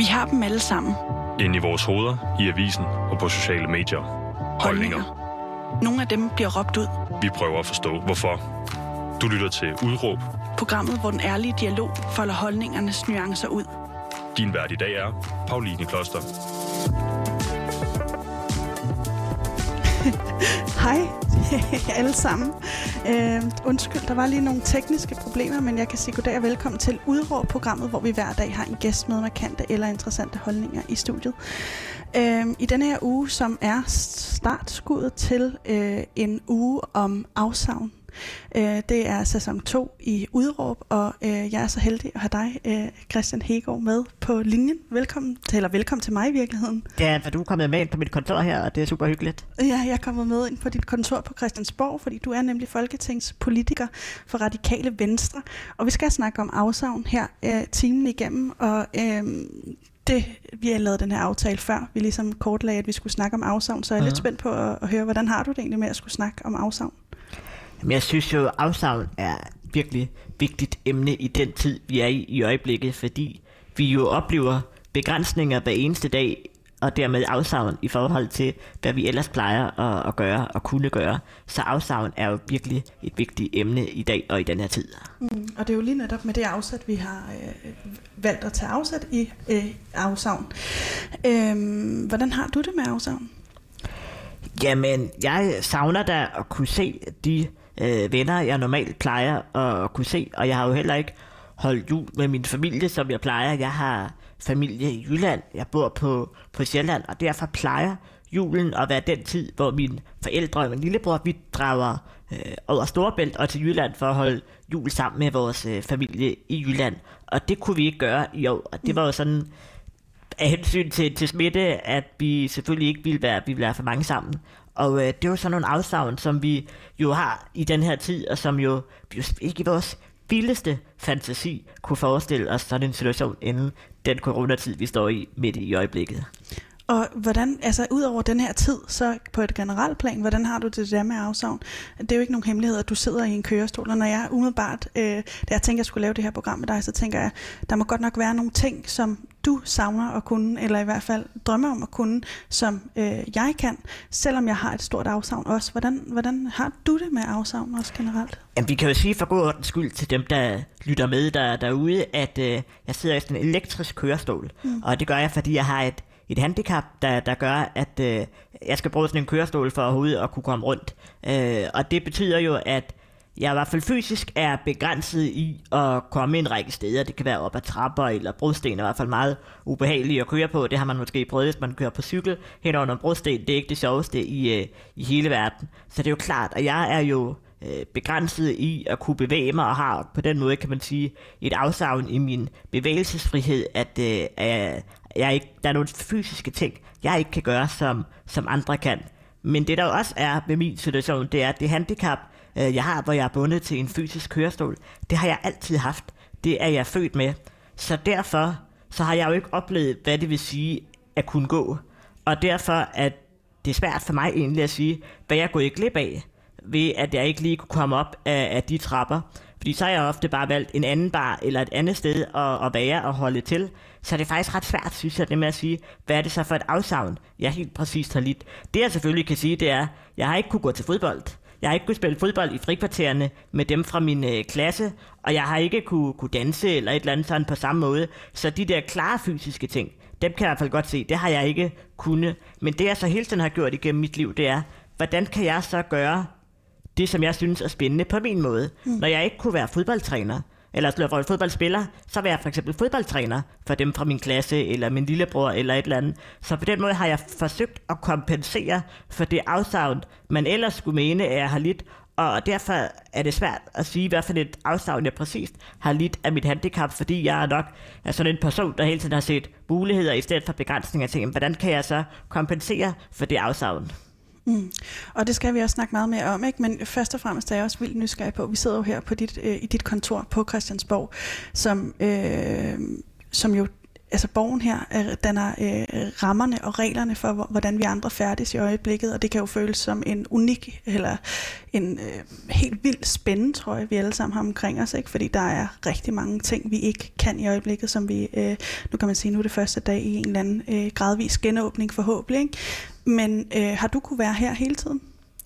Vi har dem alle sammen. Inde i vores hoveder, i avisen og på sociale medier. Holdninger. Nogle af dem bliver råbt ud. Vi prøver at forstå, hvorfor. Du lytter til Udråb. Programmet, hvor den ærlige dialog folder holdningernes nuancer ud. Din vært i dag er Pauline Kloster. Hej alle sammen. Undskyld, der var lige nogle tekniske problemer, men jeg kan sige goddag og velkommen til Udråb-programmet, hvor vi hver dag har en gæst med markante eller interessante holdninger i studiet. I denne her uge, som er startskuddet til en uge om afsavn. Det er sæson 2 i Udråb, og jeg er så heldig at have dig, Christian Hegaard, med på linjen. Velkommen til mig i virkeligheden. Ja, for du er kommet med ind på mit kontor her, og det er super hyggeligt. Ja, jeg er kommet med ind på dit kontor på Christiansborg, fordi du er nemlig folketingspolitiker for Radikale Venstre, og vi skal snakke om afsavn her timen igennem, og vi har lavet den her aftale før. Vi ligesom kortlagde, at vi skulle snakke om afsavn, så jeg er lidt spændt på at høre, hvordan har du det egentlig med at skulle snakke om afsavn? Jamen, jeg synes jo, at afsavn er virkelig vigtigt emne i den tid, vi er i øjeblikket, fordi vi jo oplever begrænsninger hver eneste dag, og dermed afsavn i forhold til, hvad vi ellers plejer at gøre og kunne gøre. Så afsavn er jo virkelig et vigtigt emne i dag og i den her tid. Og det er jo lige netop med det afsæt, vi har valgt at tage afsæt i afsavn. Hvordan har du det med afsavn? Jamen, jeg savner da at kunne se de venner, jeg normalt plejer at kunne se, og jeg har jo heller ikke holdt jul med min familie, som jeg plejer. Jeg har familie i Jylland, jeg bor på Sjælland, og derfor plejer julen at være den tid, hvor mine forældre og min lillebror, vi drager over Storebælt og til Jylland for at holde jul sammen med vores familie i Jylland. Og det kunne vi ikke gøre i år, og det var jo sådan af hensyn til smitte, at vi selvfølgelig ikke ville være for mange sammen. Og det var sådan nogle afsavn, som vi jo har i den her tid, og som jo ikke i vores vildeste fantasi kunne forestille os sådan en situation inden den coronatid, vi står i midt i øjeblikket. Og hvordan, altså ud over den her tid, så på et generelt plan, hvordan har du det der med afsavn? Det er jo ikke nogen hemmelighed, at du sidder i en kørestol, og når jeg umiddelbart, da jeg tænker, at jeg skulle lave det her program med dig, så tænker jeg, der må godt nok være nogle ting, som du savner at kunne, eller i hvert fald drømmer om at kunne, som jeg kan, selvom jeg har et stort afsavn også. Hvordan har du det med afsavn også generelt? Jamen, vi kan jo sige for god ordens skyld til dem, der lytter med derude, at jeg sidder i sådan en elektrisk kørestol, og det gør jeg, fordi jeg har et handicap, der gør, at jeg skal bruge sådan en kørestol for overhovedet at kunne komme rundt. Og det betyder jo, at jeg i hvert fald fysisk er begrænset i at komme en række steder. Det kan være op ad trapper eller brosten, er i hvert fald meget ubehageligt at køre på. Det har man måske prøvet, hvis man kører på cykel hen over en brosten. Det er ikke det sjoveste i hele verden. Så det er jo klart, at jeg er jo begrænset i at kunne bevæge mig, og har på den måde, kan man sige, et afsavn i min bevægelsesfrihed, at der er nogle fysiske ting, jeg ikke kan gøre, som andre kan. Men det der jo også er med min situation, det er, at det handicap, jeg har, hvor jeg er bundet til en fysisk kørestol, det har jeg altid haft. Det er jeg født med. Så derfor så har jeg jo ikke oplevet, hvad det vil sige at kunne gå. Og derfor er det svært for mig egentlig at sige, hvad jeg er gået glip af, ved at jeg ikke lige kunne komme op af de trapper. Fordi så har jeg ofte bare valgt en anden bar eller et andet sted at være og holde til. Så det er faktisk ret svært, synes jeg, det med at sige, hvad er det så for et afsavn, jeg helt præcist har lidt. Det jeg selvfølgelig kan sige, det er, jeg har ikke kunne gå til fodbold. Jeg har ikke kunne spille fodbold i frikvartererne med dem fra min klasse, og jeg har ikke kunne danse eller et eller andet sådan på samme måde. Så de der klare fysiske ting, dem kan jeg i hvert fald godt se, det har jeg ikke kunnet. Men det jeg så hele tiden har gjort igennem mit liv, det er, hvordan kan jeg så gøre det, som jeg synes er spændende på min måde. Når jeg ikke kunne være fodboldtræner, eller fodboldspiller, så var jeg for eksempel fodboldtræner for dem fra min klasse, eller min lillebror, eller et eller andet. Så på den måde har jeg forsøgt at kompensere for det afsavn, man ellers skulle mene, at jeg har lidt. Og derfor er det svært at sige, hvad for et afsavn jeg præcist har lidt af mit handicap, fordi jeg nok er sådan en person, der hele tiden har set muligheder i stedet for begrænsninger til, hvordan kan jeg så kompensere for det afsavn? Og det skal vi også snakke meget mere om, ikke? Men først og fremmest er jeg også vildt nysgerrig på, vi sidder jo her på i dit kontor på Christiansborg, som jo altså borgen her danner rammerne og reglerne for, hvordan vi andre færdes i øjeblikket, og det kan jo føles som en unik, eller en helt vild spændende, tror jeg, vi alle sammen har omkring os, ikke? Fordi der er rigtig mange ting, vi ikke kan i øjeblikket, som vi, nu kan man sige, nu er det første dag i en eller anden gradvis genåbning forhåbentlig, ikke? Men har du kunne være her hele tiden?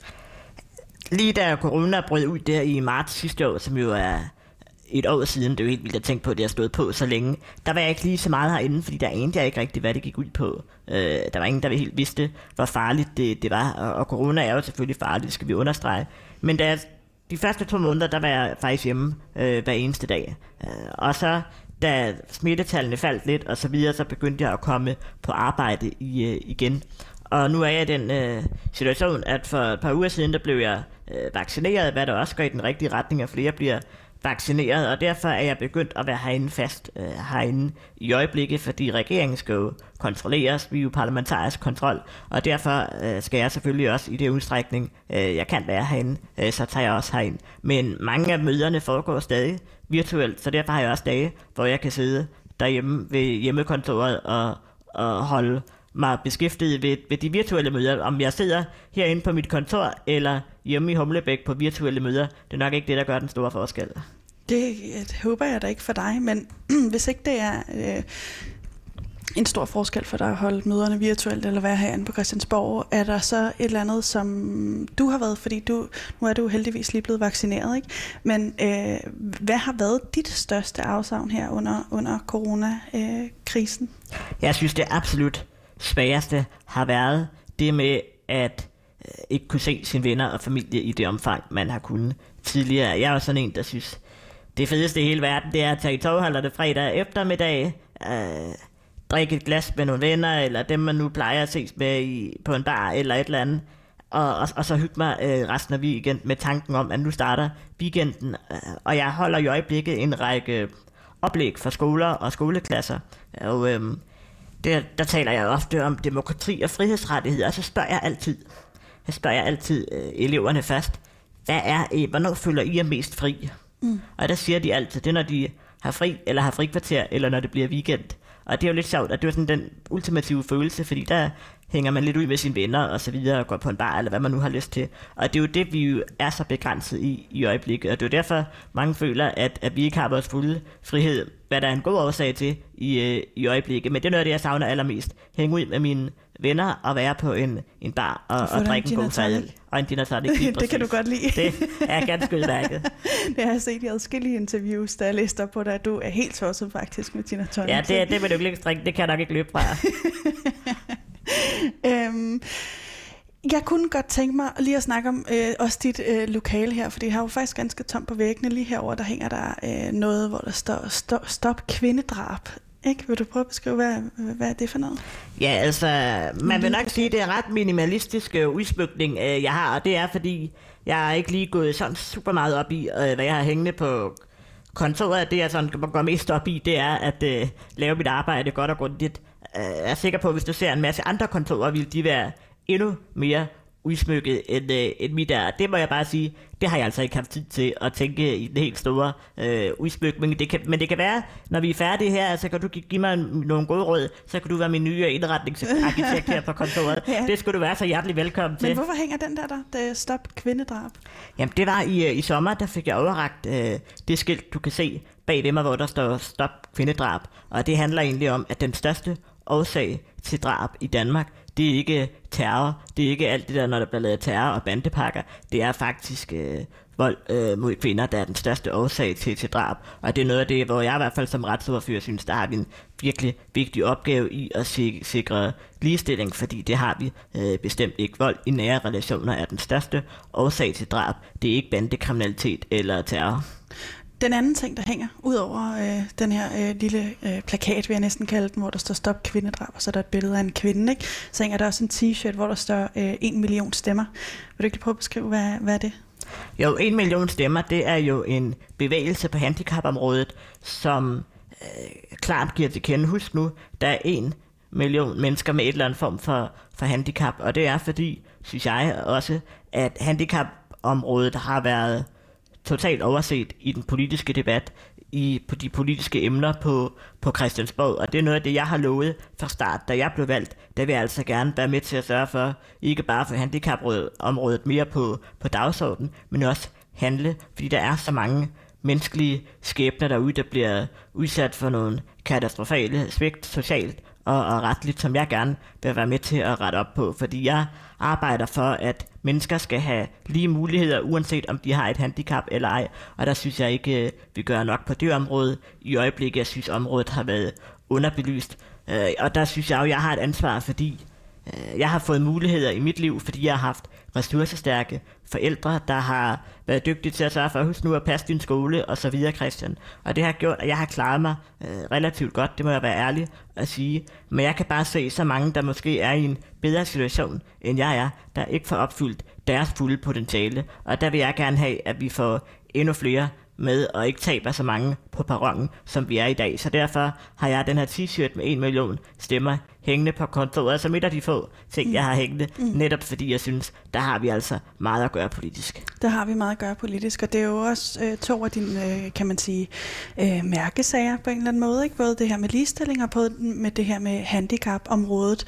Lige da corona brød ud der i marts sidste år, som jo er et år siden, det er jo helt vildt at tænke på, at det har stået på så længe, der var jeg ikke lige så meget herinde, fordi der anede jeg ikke rigtigt, hvad det gik ud på. Der var ingen, der helt vidste, hvor farligt det var, og corona er jo selvfølgelig farligt, det skal vi understrege. Men de første 2 måneder, der var jeg faktisk hjemme hver eneste dag. Og så da smittetallene faldt lidt og så videre, så begyndte jeg at komme på arbejde igen. Og nu er jeg i den situation, at for et par uger siden, der blev jeg vaccineret, hvad der også går i den rigtige retning, at flere bliver vaccineret, og derfor er jeg begyndt at være herinde fast herinde i øjeblikket, fordi regeringen skal jo kontrolleres, vi er jo parlamentarisk kontrol, og derfor skal jeg selvfølgelig også i det udstrækning, jeg kan være herinde, så tager jeg også herind. Men mange af møderne foregår stadig virtuelt, så derfor har jeg også dage, hvor jeg kan sidde derhjemme ved hjemmekontoret og holde mig beskæftiget ved de virtuelle møder. Om jeg sidder herinde på mit kontor eller hjemme i Humlebæk på virtuelle møder, det er nok ikke det, der gør den store forskel. Det håber jeg da ikke for dig, men hvis ikke det er en stor forskel for dig at holde møderne virtuelt eller være herinde på Christiansborg, er der så et eller andet, som du har været, fordi nu er du heldigvis lige blevet vaccineret, ikke? Men hvad har været dit største afsavn her under coronakrisen? Jeg synes, det absolut sværeste har været det med at ikke kunne se sine venner og familie i det omfang, man har kunnet tidligere. Jeg er jo sådan en, der synes, det fedeste i hele verden, det er at tage i togholderne fredag eftermiddag, drikke et glas med nogle venner, eller dem man nu plejer at ses med på en bar eller et eller andet, og så hygge mig resten af weekenden med tanken om, at nu starter weekenden, og jeg holder i øjeblikket en række oplæg for skoler og skoleklasser, og der taler jeg ofte om demokrati og frihedsrettigheder, og så spørger jeg altid eleverne først, hvornår føler I er mest fri? Og der siger de altid, det er når de har fri, eller har frikvarter, eller når det bliver weekend. Og det er jo lidt sjovt, at det er sådan den ultimative følelse, fordi der hænger man lidt ud med sine venner og så videre, og går på en bar, eller hvad man nu har lyst til. Og det er jo det, vi jo er så begrænset i øjeblikket. Og det er jo derfor, mange føler, at vi ikke har vores fulde frihed, hvad der er en god årsag til i øjeblikket. Men det er noget af det, jeg savner allermest. Hænge ud med mine venner og være på en bar og drikke en god fadøl. Og en gin tonic. Det kan du godt lide. Det er ganske udmærket. Det har jeg set i adskillige interviews, der jeg læste op på dig, at du er helt tosset faktisk med gin tonic. Ja, det vil du ikke strikke. Det kan jeg nok ikke løbe fra. Jeg kunne godt tænke mig lige at snakke om også dit lokale her, for det har jo faktisk ganske tomt på væggene. Lige herover der hænger der noget, hvor der står stop kvindedrab. Ikke? Vil du prøve at beskrive, hvad er det for noget? Ja, altså, man vil nok sige, at det er ret minimalistisk udsmykning, jeg har, og det er, fordi jeg er ikke lige gået sådan super meget op i, hvad jeg har hængende på kontoret. Det, jeg sådan går mest op i, det er at lave mit arbejde godt og grundigt. Jeg er sikker på, at hvis du ser en masse andre kontorer, vil de være endnu mere udsmykket end mit er. Det må jeg bare sige, det har jeg altså ikke haft tid til at tænke i den helt store udsmykning. Men det kan være, når vi er færdige her, så kan du give mig nogle gode råd, så kan du være min nye indretningsarkitekt her på kontoret. Ja. Det skulle du være så hjertelig velkommen til. Men hvorfor hænger den der stop kvindedrab? Jamen det var i sommer, der fik jeg overrakt det skilt, du kan se bag ved mig, hvor der står stop kvindedrab. Og det handler egentlig om, at den største årsag til drab i Danmark, det er ikke terror, det er ikke alt det der, når der bliver lavet terror og bandepakker, det er faktisk vold mod kvinder, der er den største årsag til drab. Og det er noget af det, hvor jeg i hvert fald som retsordfører synes, der har vi en virkelig vigtig opgave i at sikre ligestilling, fordi det har vi bestemt ikke. Vold i nære relationer er den største årsag til drab, det er ikke bandekriminalitet eller terror. Den anden ting, der hænger, ud over den her lille plakat, vil jeg næsten kalde den, hvor der står stop kvindedrab, og så er der et billede af en kvinde, ikke? Så hænger der også en t-shirt, hvor der står 1 million stemmer. Vil du ikke lige prøve at beskrive, hvad er det? Jo, 1 million stemmer, det er jo en bevægelse på handicapområdet, som klart giver til kende. Husk nu, der er 1 million mennesker med et eller andet form for handicap, og det er fordi, synes jeg også, at handicapområdet har været totalt overset i den politiske debat på de politiske emner på Christiansborg, og det er noget af det, jeg har lovet fra start, da jeg blev valgt. Der vil jeg altså gerne være med til at sørge for, ikke bare for handicapområdet mere på dagsordenen, men også handle, fordi der er så mange menneskelige skæbner derude, der bliver udsat for nogle katastrofale svigt socialt og retligt, som jeg gerne vil være med til at rette op på, fordi jeg arbejder for, at mennesker skal have lige muligheder, uanset om de har et handicap eller ej, og der synes jeg ikke, vi gør nok på det område i øjeblikket. Jeg synes, området har været underbelyst, og der synes jeg jo, jeg har et ansvar, fordi jeg har fået muligheder i mit liv, fordi jeg har haft ressourcestærke forældre, der har været dygtige til at sørge for, husk nu at passe din skole og så videre, Christian. Og det har gjort, at jeg har klaret mig relativt godt, det må jeg være ærlig at sige. Men jeg kan bare se så mange, der måske er i en bedre situation, end jeg er, der ikke får opfyldt deres fulde potentiale. Og der vil jeg gerne have, at vi får endnu flere med og ikke taber så mange på perronen, som vi er i dag. Så derfor har jeg den her t-shirt med 1 million stemmer hængende på kontoret, som et af de få ting, jeg har hængende, netop fordi jeg synes, der har vi altså meget at gøre politisk. Der har vi meget at gøre politisk, og det er jo også 2 af dine, kan man sige, mærkesager på en eller anden måde, ikke? Både det her med ligestilling og med det her med handicapområdet.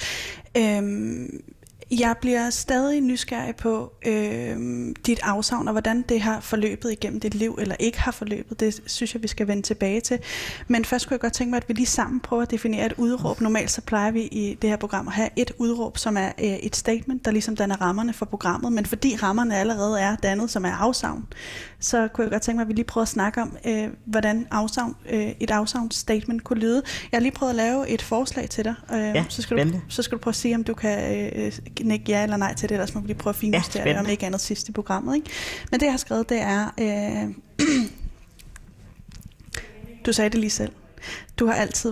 Jeg bliver stadig nysgerrig på dit afsavn, og hvordan det har forløbet igennem dit liv, eller ikke har forløbet. Det synes jeg, vi skal vende tilbage til. Men først kunne jeg godt tænke mig, at vi lige sammen prøver at definere et udråb. Normalt så plejer vi i det her program at have et udråb, som er et statement, der ligesom danner rammerne for programmet. Men fordi rammerne allerede er dannet, som er afsavn, så kunne jeg godt tænke mig, at vi lige prøver at snakke om, hvordan et afsavnsstatement kunne lyde. Jeg har lige prøvet at lave et forslag til dig. Så skal du prøve at sige, om du kan nikke ja eller nej til det, ellers må vi lige prøve at finjustere det, om ikke andet sidst i programmet. Ikke? Men det, jeg har skrevet, det er... du sagde det lige selv. Du har altid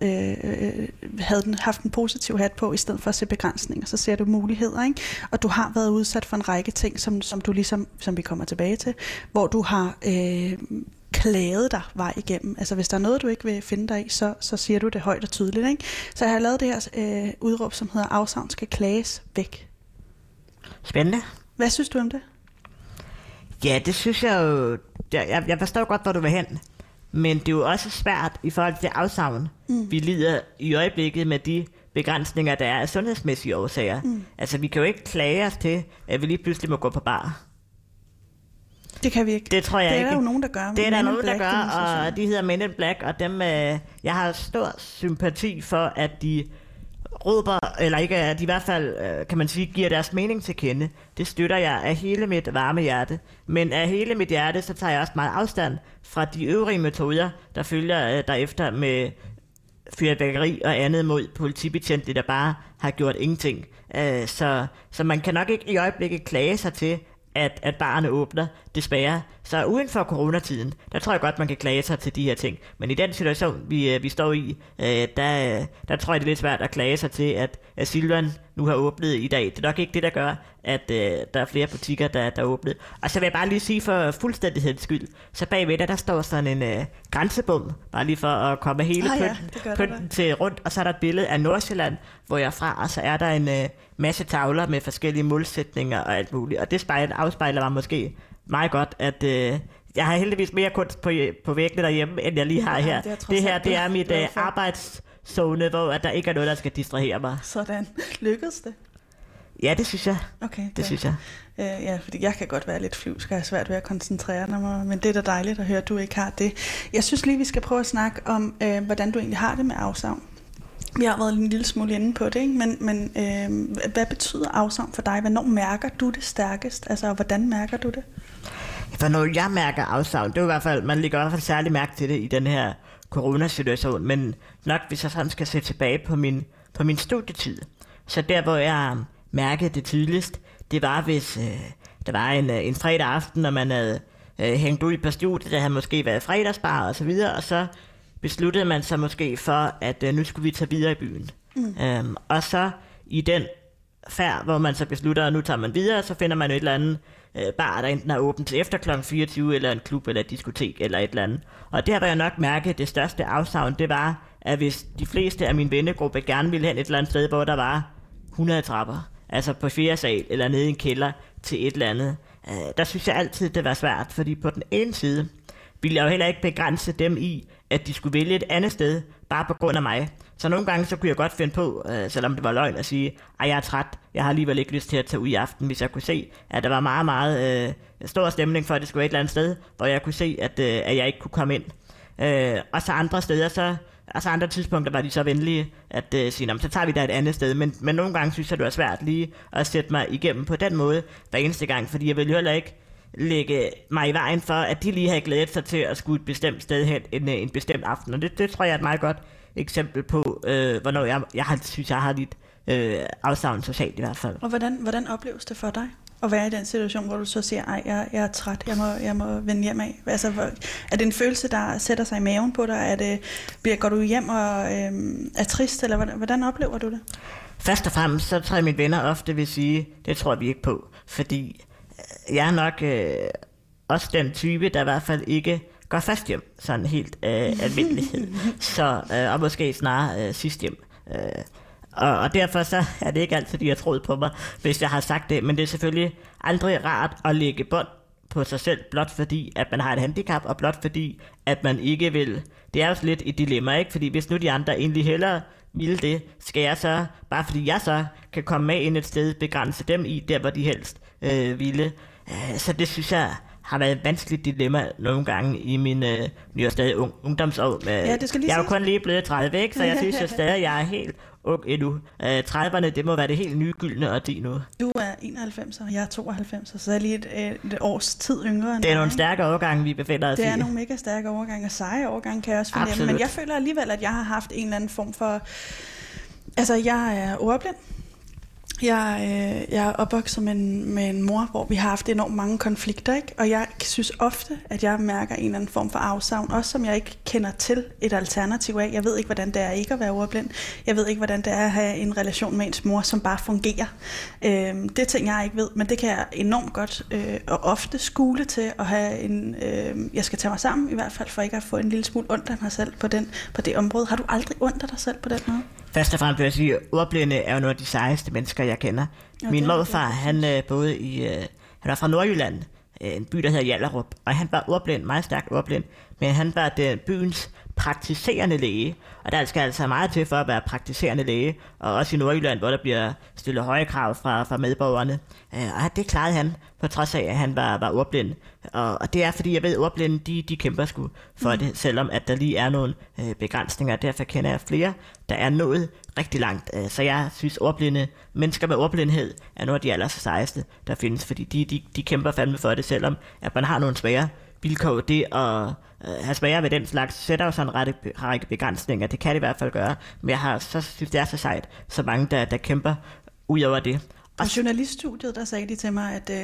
haft en positiv hat på, i stedet for at se begrænsninger. Så ser du muligheder, ikke? Og du har været udsat for en række ting, som du ligesom, som vi kommer tilbage til, hvor du har klaget dig vej igennem. Altså hvis der er noget, du ikke vil finde dig i, så siger du det højt og tydeligt, ikke? Så jeg har lavet det her udråb, som hedder afsavn skal klages væk. Spændende. Hvad synes du om det? Ja, det synes jeg jo... Jeg forstår godt, hvor du vil hen. Men det er jo også svært i forhold til afsavn. Vi lider i øjeblikket med de begrænsninger, der er af sundhedsmæssige årsager. Altså, vi kan jo ikke klage os til, at vi lige pludselig må gå på bar. Det kan vi ikke. Det tror jeg ikke. Det er der jo nogen, der gør. Det er der nogen, der gør, og de hedder Men in Black, og dem, jeg har stor sympati for, at de råber, eller ikke, at de i hvert fald, kan man sige, giver deres mening til kende. Det støtter jeg af hele mit varme hjerte. Men af hele mit hjerte, så tager jeg også meget afstand fra de øvrige metoder, der følger derefter med fyrværkeri og andet mod politibetjente, der bare har gjort ingenting. Så man kan nok ikke i øjeblikket klage sig til, at barerne åbner, desværre. Så uden for coronatiden, der tror jeg godt, man kan klage sig til de her ting. Men i den situation, vi står i, der tror jeg, det er lidt svært at klage sig til, at Silvan nu har åbnet i dag. Det er nok ikke det, der gør, at der er flere butikker, der er åbnet. Og så vil jeg bare lige sige for fuldstændigheds skyld, så bagved der står sådan en grænsebom, bare lige for at komme hele pynten til rundt, og så er der et billede af Nordsjælland, hvor jeg er fra, og så er der en masse tavler med forskellige målsætninger og alt muligt. Og det afspejler mig måske meget godt, at jeg har heldigvis mere kunst på væggene derhjemme, end jeg lige har her. Det her, det er mit arbejdszone, hvor der ikke er noget, der skal distrahere mig. Sådan. Lykkedes det? Ja, det synes jeg. Okay, det synes jeg. Ja, fordi jeg kan godt være lidt flyvsk, og have svært ved at koncentrere mig, men det er da dejligt at høre, at du ikke har det. Jeg synes lige, vi skal prøve at snakke om, hvordan du egentlig har det med afsavn. Vi har været en lille smule inde på det, ikke? Men hvad betyder afsavn for dig? Hvornår mærker du det stærkest? Altså, hvordan mærker du det? For når jeg mærker afsavn, det er i hvert fald, man lægger i hvert fald særlig mærke til det i den her coronasituation, men nok hvis jeg sådan skal se tilbage på min studietid, så der hvor jeg mærkede det tydeligst, det var hvis der var en fredag aften, når man havde hængt ud på studiet, der havde måske været fredagsbar og så videre, og så besluttede man sig måske for, at nu skulle vi tage videre i byen. Og så i den færd, hvor man så beslutter, at nu tager man videre, så finder man et eller andet bar, der enten er åbent til efter kl. 24, eller en klub, eller et diskotek, eller et eller andet. Og der var jeg nok mærke, at det største afsavn, det var, at hvis de fleste af min vennegruppe gerne ville hen et eller andet sted, hvor der var 100 trapper, altså på 4. sal, eller nede i en kælder til et eller andet, der synes jeg altid, det var svært, fordi på den ene side ville jeg jo heller ikke begrænse dem i, at de skulle vælge et andet sted, bare på grund af mig. Så nogle gange så kunne jeg godt finde på, selvom det var løgn, at sige, at jeg er træt, jeg har alligevel ikke lyst til at tage ud i aften, hvis jeg kunne se, at der var meget, meget stor stemning for, at det skulle være et eller andet sted, hvor jeg kunne se, at jeg ikke kunne komme ind. Og så andre steder, så andre tidspunkter var de så venlige at sige, så tager vi da et andet sted. Men nogle gange synes jeg, det var svært lige at sætte mig igennem på den måde hver eneste gang, fordi jeg ville jo heller ikke lægge mig i vejen for, at de lige havde glædet sig til at skulle et bestemt sted hen en bestemt aften. Og det tror jeg er et meget godt eksempel på, hvornår jeg har lidt afsavn socialt i hvert fald. Og hvordan opleves det for dig at være i den situation, hvor du så siger, jeg er træt, jeg må vende hjem af? Altså, er det en følelse, der sætter sig i maven på dig? Går du hjem og er trist, eller hvordan oplever du det? Først og fremmest, så tror jeg, mine venner ofte vil sige, det tror vi ikke på, fordi jeg er nok også den type, der i hvert fald ikke går fast hjem, sådan helt almindelighed, og måske snarere sidst hjem. Og derfor så er det ikke altid, de har troet på mig, hvis jeg har sagt det, men det er selvfølgelig aldrig rart at lægge bånd på sig selv, blot fordi, at man har et handicap, og blot fordi, at man ikke vil. Det er jo lidt et dilemma, ikke? Fordi hvis nu de andre egentlig hellere ville det, skal jeg så, bare fordi jeg så kan komme med ind et sted, begrænse dem i, der hvor de helst ville. Så det synes jeg har været et vanskeligt dilemma nogle gange i min stadig ungdomsår. Jeg er jo kun lige blevet 30, ikke? Så jeg synes jo stadig, jeg er helt ung endnu. 30'erne, det må være det helt nye gyldne årti nu. Du er 91, og jeg er 92, så er lige et års tid yngre end det er nogle stærke overgange, vi befinder os i. Det er nogle mega stærke overgange, og seje overgange kan jeg også fornemme. Men jeg føler alligevel, at jeg har haft en eller anden form for... Altså, jeg er ordblind. Jeg er opvokset med en mor, hvor vi har haft enormt mange konflikter, ikke? Og jeg synes ofte, at jeg mærker en eller anden form for afsavn, også som jeg ikke kender til et alternativ af. Jeg ved ikke, hvordan det er ikke at være ordblind. Jeg ved ikke, hvordan det er at have en relation med ens mor, som bare fungerer. Det er ting, jeg ikke ved, men det kan jeg enormt godt og ofte skule til at have en... jeg skal tage mig sammen i hvert fald, for ikke at få en lille smule ondt af mig selv på det område. Har du aldrig ondt af dig selv på den måde? Først og fremmest vil jeg sige, at ordblinde er jo nogle af de sejeste mennesker, jeg kender. Min morfar, han boede han var fra Nordjylland, en by, der hedder Hjallerup, og han var ordblind, meget stærkt ordblind, men han var byens praktiserende læge, og der skal altså meget til for at være praktiserende læge, og også i Nordjylland, hvor der bliver stillet høje krav fra medborgerne. Og det klarede han, på trods af, at han var ordblind. Og det er, fordi jeg ved, at ordblinde, de kæmper sgu for det, selvom at der lige er nogle begrænsninger. Derfor kender jeg flere, der er nået rigtig langt. Så jeg synes, mennesker med ordblindhed er nogle af de allersejeste, der findes, fordi de kæmper fandme for det, selvom at man har nogle svære vilkår. Det at have svære ved den slags sætter jo sådan en række begrænsninger. Det kan det i hvert fald gøre. Men synes det er så sejt, så mange, der kæmper ud over det. På journaliststudiet, der sagde de til mig, at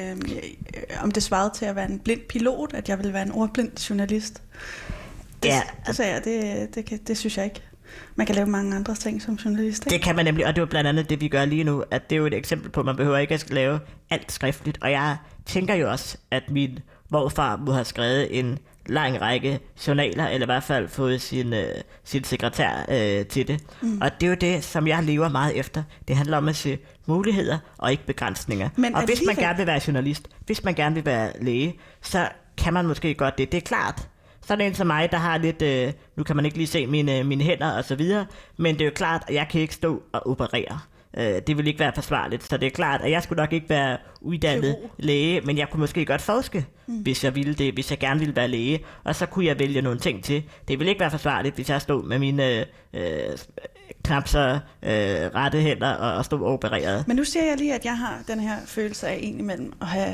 om det svarede til at være en blind pilot, at jeg ville være en ordblind journalist. Det sagde jeg, det synes jeg ikke. Man kan lave mange andre ting som journalist, ikke? Det kan man nemlig, og det er jo blandt andet det, vi gør lige nu, at det er jo et eksempel på, at man behøver ikke at lave alt skriftligt. Og jeg tænker jo også, at min morfar må have skrevet en lang række journaler, eller i hvert fald fået sin sekretær til det. Og det er jo det, som jeg lever meget efter. Det handler om at se muligheder og ikke begrænsninger. Og hvis man gerne vil være journalist, hvis man gerne vil være læge, så kan man måske godt det. Det er klart. Sådan en som mig, der har lidt, nu kan man ikke lige se mine hænder og så videre, men det er jo klart, at jeg kan ikke stå og operere. Det vil ikke være forsvarligt, så det er klart, at jeg skulle nok ikke være uddannet læge, men jeg kunne måske godt forske, hvis jeg ville det, hvis jeg gerne ville være læge, og så kunne jeg vælge nogle ting til. Det ville ikke være forsvarligt, hvis jeg stod med mine knap så rette hænder og stod opereret. Men nu siger jeg lige, at jeg har den her følelse af indimellem at have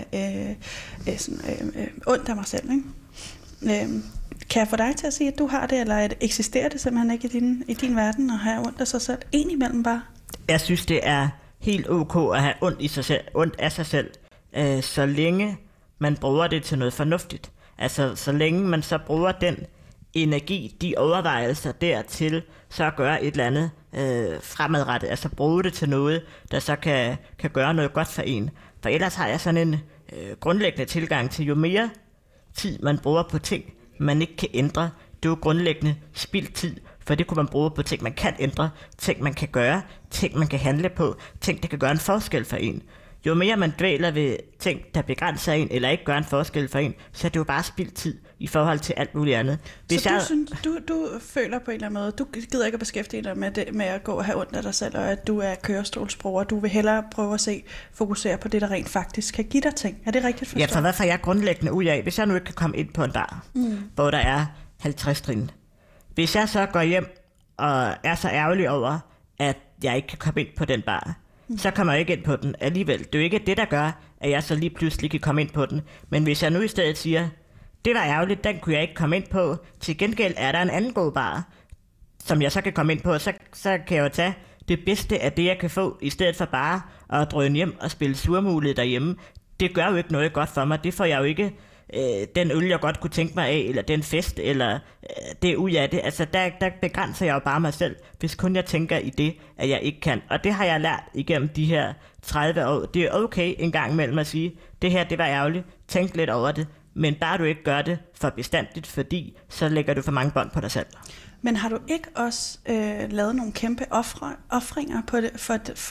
ondt af mig selv, ikke? Kan jeg få dig til at sige, at du har det, eller eksisterer det simpelthen ikke i din verden at have ondt af sig selv? Indimellem bare? Jeg synes, det er helt ok at have ondt af sig selv, så længe man bruger det til noget fornuftigt. Altså, så længe man så bruger den energi, de overvejelser dertil, så at gøre et eller andet fremadrettet. Altså bruge det til noget, der så kan gøre noget godt for en. For ellers har jeg sådan en grundlæggende tilgang til, jo mere tid man bruger på ting, man ikke kan ændre, det er jo grundlæggende spildt tid. For det kunne man bruge på ting, man kan ændre, ting, man kan gøre, ting, man kan handle på, ting, der kan gøre en forskel for en. jo mere man dvæler ved ting, der begrænser en, eller ikke gør en forskel for en, så er det jo bare spildt tid i forhold til alt muligt andet. Du føler på en eller anden måde, du gider ikke at beskæftige dig med at gå og have ondt af dig selv, og at du er kørestolsbruger, du vil hellere prøve at fokusere på det, der rent faktisk kan give dig ting. Er det rigtigt forstået? Ja, for hvad får jeg grundlæggende ud af, hvis jeg nu ikke kan komme ind på en bar, hvor der er 50 trin. Hvis jeg så går hjem og er så ærgerlig over, at jeg ikke kan komme ind på den bar, så kommer jeg ikke ind på den alligevel. Det er jo ikke det, der gør, at jeg så lige pludselig kan komme ind på den. Men hvis jeg nu i stedet siger, det var ærgerligt, den kunne jeg ikke komme ind på. Til gengæld er der en anden god bar, som jeg så kan komme ind på, så kan jeg jo tage det bedste af det, jeg kan få, i stedet for bare at drøne hjem og spille surmulighed derhjemme. Det gør jo ikke noget godt for mig. Det får jeg jo ikke den øl, jeg godt kunne tænke mig af, eller den fest, eller det ud af det. Altså, der begrænser jeg jo bare mig selv, hvis kun jeg tænker i det, at jeg ikke kan. Og det har jeg lært igennem de her 30 år. Det er okay en gang imellem at sige, det her, det var ærgerligt, tænk lidt over det, men bare du ikke gør det for bestandigt, fordi så lægger du for mange bånd på dig selv. Men har du ikke også lavet nogle kæmpe ofringer på det,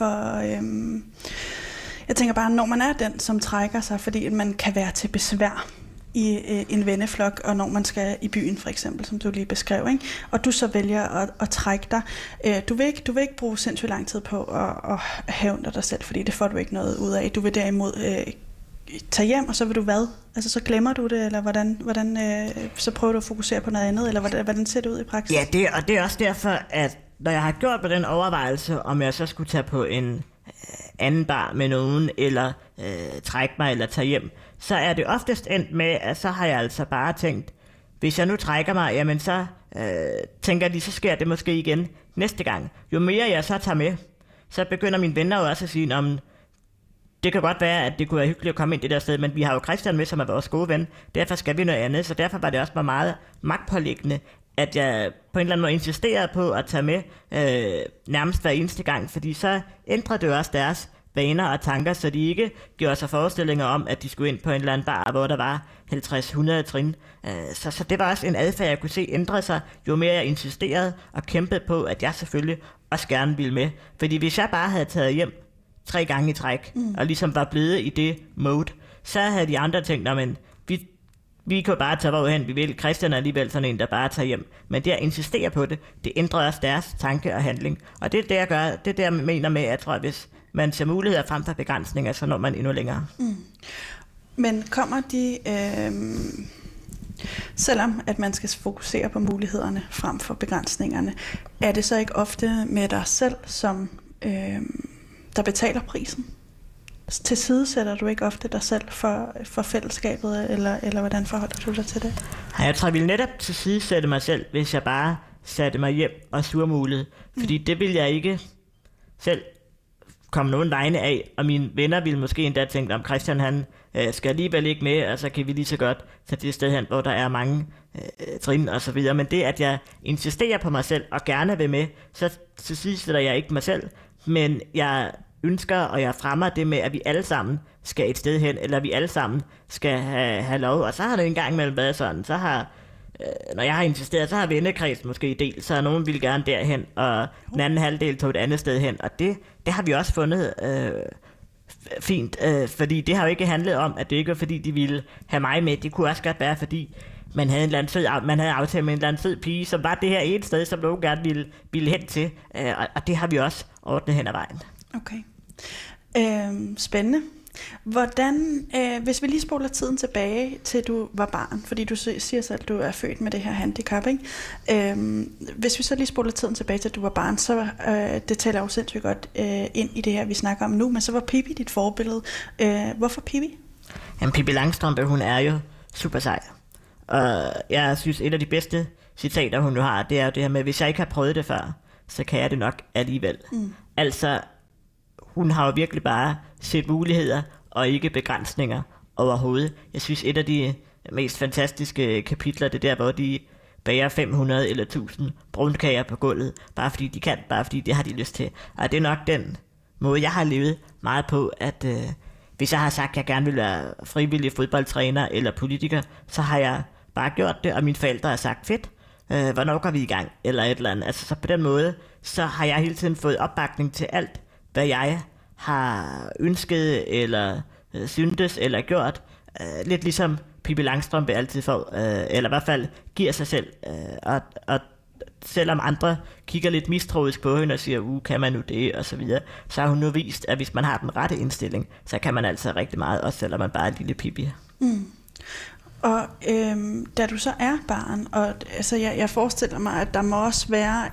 jeg tænker bare, når man er den, som trækker sig, fordi man kan være til besvær i en venneflok, og når man skal i byen for eksempel, som du lige beskrev, ikke? Og du så vælger at trække dig. Du vil ikke bruge sindssygt lang tid på at hævne dig selv, fordi det får du ikke noget ud af. Du vil derimod tage hjem, og så vil du hvad? Altså så glemmer du det, eller hvordan så prøver du at fokusere på noget andet, eller hvordan ser det ud i praksis? Ja, det er også derfor, at når jeg har gjort på den overvejelse, om jeg så skulle tage på en anden bar med nogen, eller trække mig, eller tage hjem, så er det oftest endt med, at så har jeg altså bare tænkt, hvis jeg nu trækker mig, jamen så tænker de, så sker det måske igen næste gang. Jo mere jeg så tager med, så begynder mine venner jo også at sige, om det kan godt være, at det kunne være hyggeligt at komme ind det der sted, men vi har jo Christian med, som er vores gode ven, derfor skal vi noget andet, så derfor var det også meget magtpåliggende, at jeg på en eller anden måde insisterede på at tage med nærmest hver eneste gang, fordi så ændrede det jo også deres vaner og tanker, så de ikke gjorde sig forestillinger om, at de skulle ind på en eller anden bar, hvor der var 50-100 trin. Så det var også en adfærd, jeg kunne se ændre sig, jo mere jeg insisterede og kæmpede på, at jeg selvfølgelig også gerne ville med. Fordi hvis jeg bare havde taget hjem 3 gange i træk, og ligesom var blevet i det mode, så havde de andre tænkt, men vi kan bare tage hvorhen vi vil. Christian er alligevel sådan en, der bare tager hjem. Men det at insistere på det, det ændrer også deres tanke og handling. Og det er det, jeg gør. Det er det, jeg mener med, at jeg tror, at hvis man ser muligheder frem for begrænsninger, så når man endnu længere. Men kommer de, selvom at man skal fokusere på mulighederne frem for begrænsningerne, er det så ikke ofte med dig selv, som der betaler prisen? Tilsidesætter du ikke ofte dig selv for fællesskabet, eller hvordan forholder du dig til det? Jeg tror, jeg ville netop tilsidesætte mig selv, hvis jeg bare satte mig hjem og surmulede. Fordi det ville jeg ikke selv komme nogen vegne af, og mine venner ville måske endda tænke, om Christian han skal alligevel ikke med, og så kan vi lige så godt tage det sted hen, hvor der er mange trin og så videre. Men det, at jeg insisterer på mig selv og gerne vil med, så tilsidesætter jeg ikke mig selv, men jeg ønsker, og jeg fremmer det med, at vi alle sammen skal et sted hen, eller vi alle sammen skal have lov. Og så har det engang mellem været sådan, så har, når jeg har insisteret, så har vennekreds måske delt, så nogen ville gerne derhen, og den anden halvdel tog et andet sted hen. Og det har vi også fundet fint, fordi det har jo ikke handlet om, at det ikke var fordi, de ville have mig med. Det kunne også godt være, fordi man havde aftalt med en eller anden fed pige, som var det her ene sted, som nogen gerne ville hen til. Og det har vi også ordnet hen ad vejen. Okay. Spændende. Hvordan, hvis vi lige spoler tiden tilbage til du var barn, fordi du siger selv, at du er født med det her handicap, ikke? Hvis vi så lige spoler tiden tilbage til du var barn, så det tæller jo sindssygt godt ind i det her, vi snakker om nu, men så var Pippi dit forbillede. Hvorfor Pippi? Jamen, Pippi Langstrømpe, hun er jo super sej. Og jeg synes, et af de bedste citater, hun nu har, det er jo det her med, hvis jeg ikke har prøvet det før, så kan jeg det nok alligevel. Altså, hun har jo virkelig bare set muligheder og ikke begrænsninger overhovedet. Jeg synes, et af de mest fantastiske kapitler, det der, hvor de bager 500 eller 1000 brunkager på gulvet, bare fordi de kan, bare fordi det har de lyst til. Og det er nok den måde, jeg har levet meget på, at hvis jeg har sagt, at jeg gerne vil være frivillig fodboldtræner eller politiker, så har jeg bare gjort det, og mine forældre har sagt, fedt, hvornår går vi i gang, eller et eller andet. Altså, så på den måde, så har jeg hele tiden fået opbakning til alt, hvad jeg har ønsket, eller syntes, eller gjort. Lidt ligesom Pippi Langstrømpe altid får, eller i hvert fald giver sig selv. Og selvom andre kigger lidt mistroisk på hende og siger, kan man nu det, og så videre, så har hun nu vist, at hvis man har den rette indstilling, så kan man altså rigtig meget, også selvom man bare er en lille Pippi. Og da du så er barn, og altså, jeg forestiller mig, at der må også være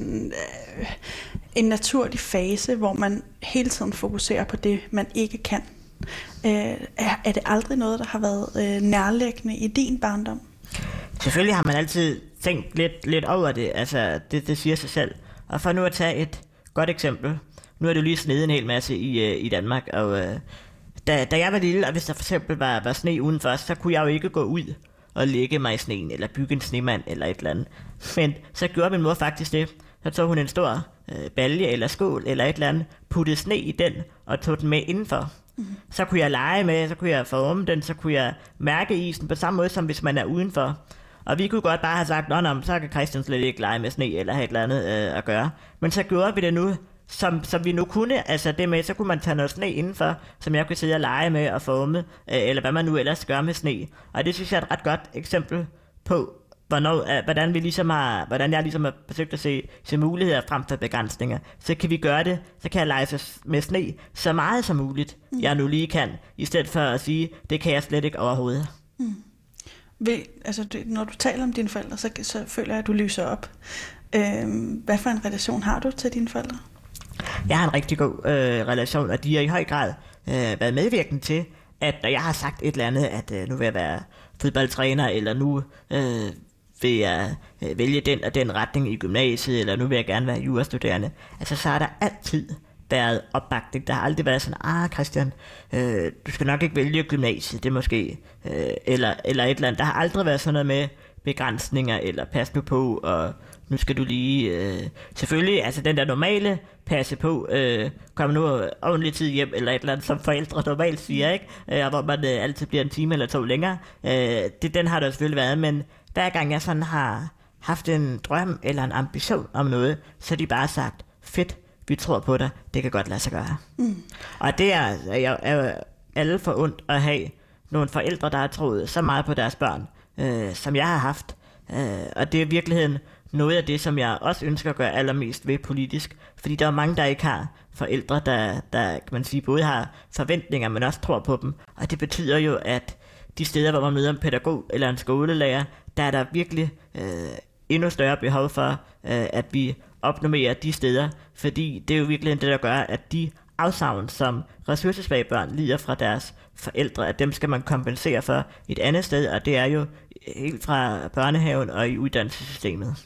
en naturlig fase, hvor man hele tiden fokuserer på det, man ikke kan. Er det aldrig noget, der har været nærliggende i din barndom? Selvfølgelig har man altid tænkt lidt over det, altså det siger sig selv. Og for nu at tage et godt eksempel, nu er det lige sneet en hel masse i Danmark, og da jeg var lille, og hvis der for eksempel var sne udenfor, så kunne jeg jo ikke gå ud og lægge mig i sneen, eller bygge en snemand, eller et eller andet. Men så gjorde min mor faktisk det. Så tog hun en stor balje, eller skål, eller et eller andet, puttede sne i den, og tog den med indenfor. Så kunne jeg lege med, så kunne jeg forme den, så kunne jeg mærke isen på samme måde, som hvis man er udenfor. Og vi kunne godt bare have sagt, så kan Christian slet ikke lege med sne, eller have et eller andet at gøre. Men så gjorde vi det nu, som vi nu kunne, altså det med, så kunne man tage noget sne indenfor, som jeg kunne sidde og lege med og forme, eller hvad man nu ellers gør med sne. Og det synes jeg er et ret godt eksempel på, hvordan jeg ligesom har forsøgt at se muligheder frem for begrænsninger. Så kan vi gøre det, så kan jeg lege med sne så meget som muligt, jeg nu lige kan, i stedet for at sige, det kan jeg slet ikke overhovedet. Når du taler om dine forældre, så føler jeg, at du lyser op. Hvad for en relation har du til dine forældre? Jeg har en rigtig god relation, og de har i høj grad været medvirkende til, at når jeg har sagt et eller andet, at nu vil jeg være fodboldtræner, eller nu vil jeg vælge den og den retning i gymnasiet, eller nu vil jeg gerne være jurastuderende, altså så har der altid været opbakning. Der har aldrig været sådan, Christian, du skal nok ikke vælge gymnasiet, det måske, eller et eller andet. Der har aldrig været sådan noget med begrænsninger, eller pas nu på, og nu skal du lige, selvfølgelig, altså den der normale, passe på, kom nu ordentlig tid hjem, eller et eller andet, som forældre normalt siger, ikke? Og hvor man altid bliver en time eller to længere. Den har der selvfølgelig været, men hver gang jeg sådan har haft en drøm, eller en ambition om noget, så har de bare sagt, fedt, vi tror på dig, det kan godt lade sig gøre. Og det er alle for ondt at have nogle forældre, der har troet så meget på deres børn, som jeg har haft. Og det er i virkeligheden noget af det, som jeg også ønsker at gøre allermest ved politisk. Fordi der er mange, der ikke har forældre, der kan man sige, både har forventninger, men også tror på dem. Og det betyder jo, at de steder, hvor man møder en pædagog eller en skolelærer, der er der virkelig endnu større behov for, at vi opnormerer de steder. Fordi det er jo virkelig det, der gør, at de afsavn, som ressourcesvage børn lider fra deres forældre, at dem skal man kompensere for et andet sted, og det er jo helt fra børnehaven og i uddannelsessystemet.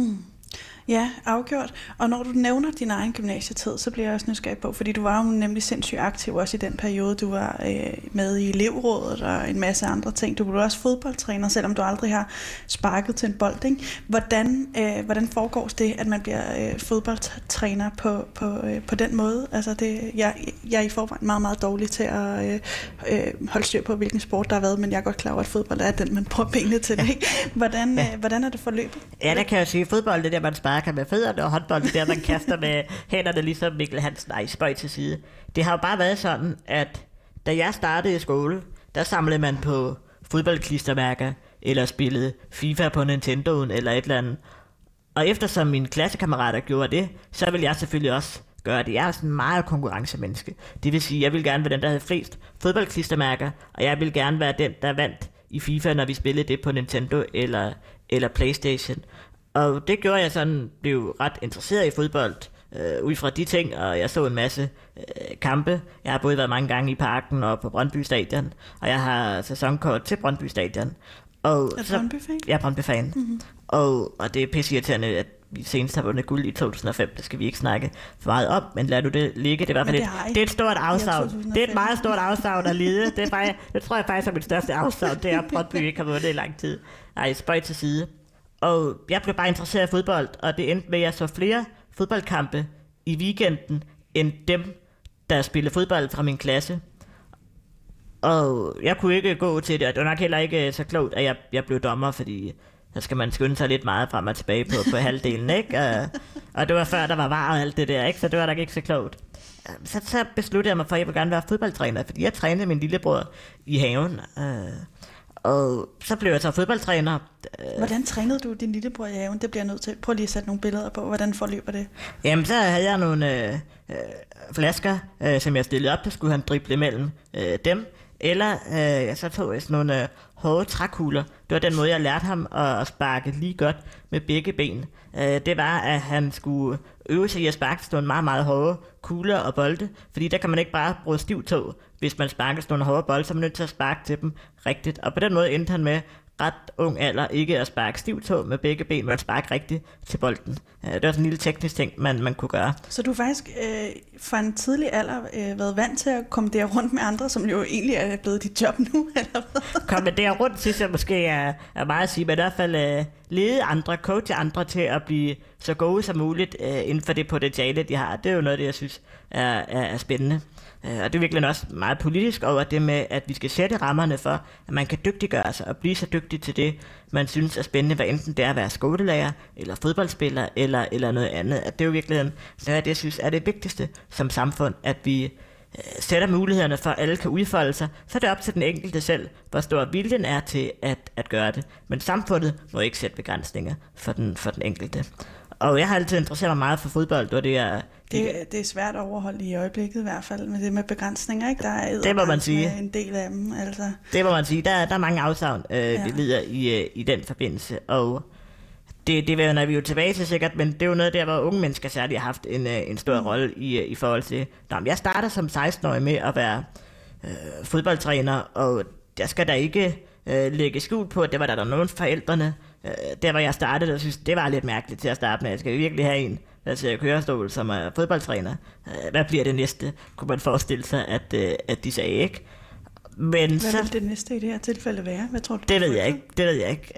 Ja, afgjort. Og når du nævner din egen gymnasietid, så bliver jeg også nysgerrig på, fordi du var jo nemlig sindssygt aktiv også i den periode. Du var med i elevrådet og en masse andre ting. Du blev også fodboldtræner, selvom du aldrig har sparket til en bold, ikke? Hvordan foregår det, at man bliver fodboldtræner på den måde? Altså jeg er i forvejen meget, meget dårlig til at holde styr på, hvilken sport der har været, men jeg er godt klar over, at fodbold er den, man bruger benene til det, ikke? Hvordan er det forløbet? Ja, der kan jeg sige, fodbold det der, man sparker med fødderne, og håndbold det der, man kaster med hænderne, ligesom Mikkel Hansen. Nej, spøj til side. Det har jo bare været sådan, at da jeg startede i skole, der samlede man på fodboldklistermærker, eller spillede FIFA på Nintendoen, eller et eller andet. Og eftersom mine klassekammerater gjorde det, så ville jeg selvfølgelig også gøre det. Jeg er sådan en meget konkurrencemenneske. Det vil sige, jeg vil gerne være den, der havde flest fodboldklistermærker, og jeg vil gerne være den, der vandt i FIFA, når vi spillede det på Nintendo eller PlayStation. Og det gjorde jeg sådan, blev ret interesseret i fodbold ud fra de ting, og jeg så en masse kampe. Jeg har både været mange gange i Parken og på Brøndby Stadion, og jeg har sæsonkort til Brøndby Stadion. Og er du Brøndby-fan? Jeg er Brøndby-fan. Mm-hmm. Og det er pisseirriterende, at vi senest har vundet guld i 2005. Det skal vi ikke snakke for meget om, men lad du det ligge. Det er i hvert fald det er et stort afsavn. Det er et meget stort afsavn at lide. Det tror jeg faktisk er mit største afsavn. Det er, at Brøndby ikke har vundet i lang tid. Ej, spøj til side. Og jeg blev bare interesseret i fodbold, og det endte med, at jeg så flere fodboldkampe i weekenden, end dem, der spillede fodbold fra min klasse. Og jeg kunne ikke gå til det, og det var nok heller ikke så klogt, at jeg blev dommer, fordi så skal man skynde sig lidt meget frem og tilbage på halvdelen, ikke? Og det var før, der var var og alt det der, ikke? Så det var da ikke så klogt. Så besluttede jeg mig for, at jeg ville gerne være fodboldtræner, fordi jeg trænede min lillebror i haven. Og så blev jeg så fodboldtræner. Hvordan trænede du din lillebror i haven? Det bliver jeg nødt til. Prøv lige at sætte nogle billeder på. Hvordan forløber det? Jamen, så havde jeg nogle flasker, som jeg stillede op, der skulle han drible mellem dem. Eller så tog jeg sådan nogle hårde trækugler. Det var den måde, jeg lærte ham at sparke lige godt med begge ben. Det var, at han skulle øve sig i at sparke sådan nogle meget, meget hårde kugler og bolde. Fordi der kan man ikke bare bruge stivtog. Hvis man sparker sådan nogle hårde bolde, så er man nødt til at sparke til dem rigtigt. Og på den måde endte han med ret ung alder ikke at sparke stivtog med begge ben, men at sparke rigtigt til bolden. Det var sådan en lille teknisk ting, man kunne gøre. Så du faktisk fra en tidlig alder været vant til at komme der rundt med andre, som jo egentlig er blevet dit job nu, eller hvad? Komme der rundt, synes jeg måske er meget at sige, men i hvert fald lede andre, coache andre til at blive så gode som muligt inden for det potentiale, de har. Det er jo noget, det jeg synes er spændende. Og det er virkelig også meget politisk over det med, at vi skal sætte rammerne for, at man kan dygtiggøre sig og blive så dygtig til det, man synes er spændende, hvad enten det er at være skolelærer, eller fodboldspiller, eller noget andet. At det er jo virkelig noget af det, jeg synes er det vigtigste som samfund, at vi sætter mulighederne for, at alle kan udfolde sig, så er det op til den enkelte selv, hvor stor viljen er til at gøre det. Men samfundet må ikke sætte begrænsninger for den enkelte. Og jeg har altid interesseret mig meget for fodbold, og det er svært at overholde i øjeblikket i hvert fald, med det med begrænsninger, ikke? Der er det må man sige. En del af dem, altså. Det må man sige. Der er mange afsavn, vi lider i den forbindelse, og det vender vi jo tilbage til sikkert, men det er jo noget der, hvor unge mennesker særligt har haft en stor rolle i forhold til. Jeg starter som 16-årig med at være fodboldtræner, og jeg skal da ikke lægge skjul på, at det var der nogen forældrene, der hvor jeg startede, og synes, det var lidt mærkeligt til at starte med. Jeg skal virkelig have en, der sidder i kørestol, som er fodboldtræner. Hvad bliver det næste? Kunne man forestille sig, at de sagde ikke. Men hvad vil det næste i det her tilfælde være? Hvad tror du? Det ved jeg ikke.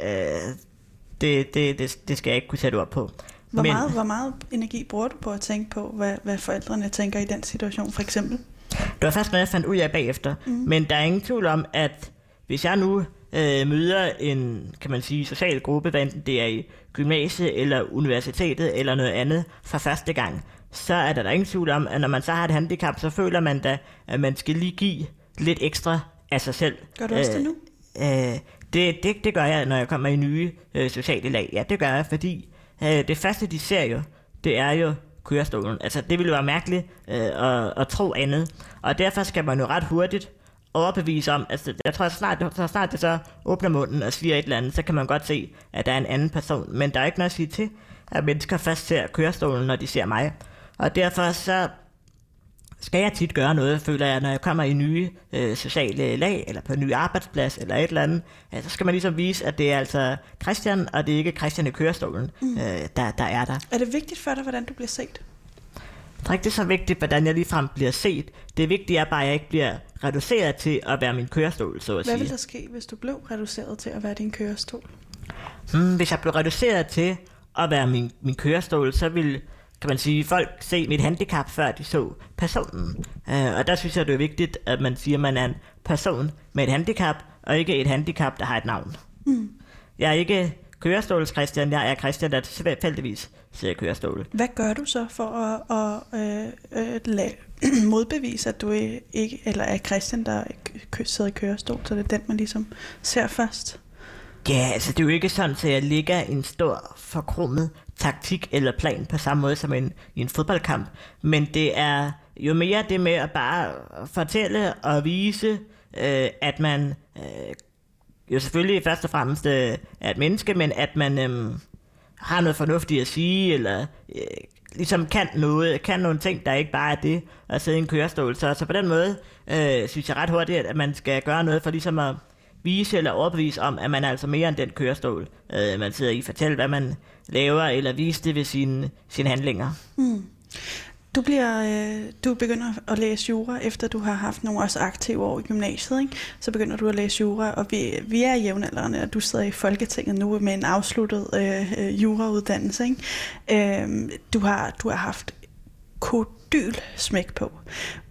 Det skal jeg ikke kunne sætte ord på. Hvor meget energi bruger du på at tænke på, hvad forældrene tænker i den situation, for eksempel? Det var først noget, jeg fandt ud af bagefter. Men der er ingen tvivl om, at hvis jeg nu møder en, kan man sige, social gruppe, hvad enten det er i gymnasiet eller universitetet eller noget andet for første gang, så er der ingen tvivl om, at når man så har et handicap, så føler man da, at man skal lige give lidt ekstra af sig selv. Gør du også det nu? Det gør jeg, når jeg kommer i nye sociale lag. Ja, det gør jeg, fordi det første, de ser jo, det er jo kørestolen. Altså, det ville være mærkeligt at tro andet. Og derfor skal man jo ret hurtigt overbevise om, altså jeg tror snart det så åbner munden og siger et eller andet, så kan man godt se, at der er en anden person. Men der er ikke noget at sige til, at mennesker først ser kørestolen, når de ser mig. Og derfor så skal jeg tit gøre noget, føler jeg, når jeg kommer i nye sociale lag, eller på en ny arbejdsplads, eller et eller andet. Så skal man ligesom vise, at det er altså Christian, og det er ikke Christian i kørestolen, der er der. Er det vigtigt for dig, hvordan du bliver set? Det er ikke så vigtigt, hvordan jeg ligefrem bliver set. Det vigtige er bare, at jeg ikke bliver reduceret til at være min kørestol, så at sige. Hvad vil der ske, hvis du blev reduceret til at være din kørestol? Hvis jeg blev reduceret til at være min kørestol, så vil, kan man sige, folk se mit handicap, før de så personen. Og der synes jeg, det er vigtigt, at man siger, at man er en person med et handicap, og ikke et handicap, der har et navn. Jeg er ikke kørestols Christian, jeg er Christian, der tilfældigvis sidder i kørestol. Hvad gør du så for at modbevise, at du ikke, eller er Christian, der sidder i kørestol, så det er den, man ligesom ser først? Ja, altså det er jo ikke sådan, at jeg ligger en stor forkrummet taktik eller plan på samme måde som i en fodboldkamp. Men det er jo mere det med at bare fortælle og vise, at man jo selvfølgelig først og fremmest er et menneske, men at man har noget fornuftigt at sige, eller ligesom kan nogle ting, der ikke bare er det at sidde i en kørestol. Så på den måde synes jeg ret hurtigt, at man skal gøre noget for ligesom at vise eller overbevise om, at man er altså mere end den kørestol, man sidder i. Fortælle, hvad man laver, eller vise det ved sine handlinger. Du begynder at læse jura, efter du har haft nogle også aktive år i gymnasiet, ikke? Så begynder du at læse jura, og vi er jævnaldrende, og du sidder i Folketinget nu med en afsluttet jurauddannelse, ikke? Du har haft kodyl smæk på.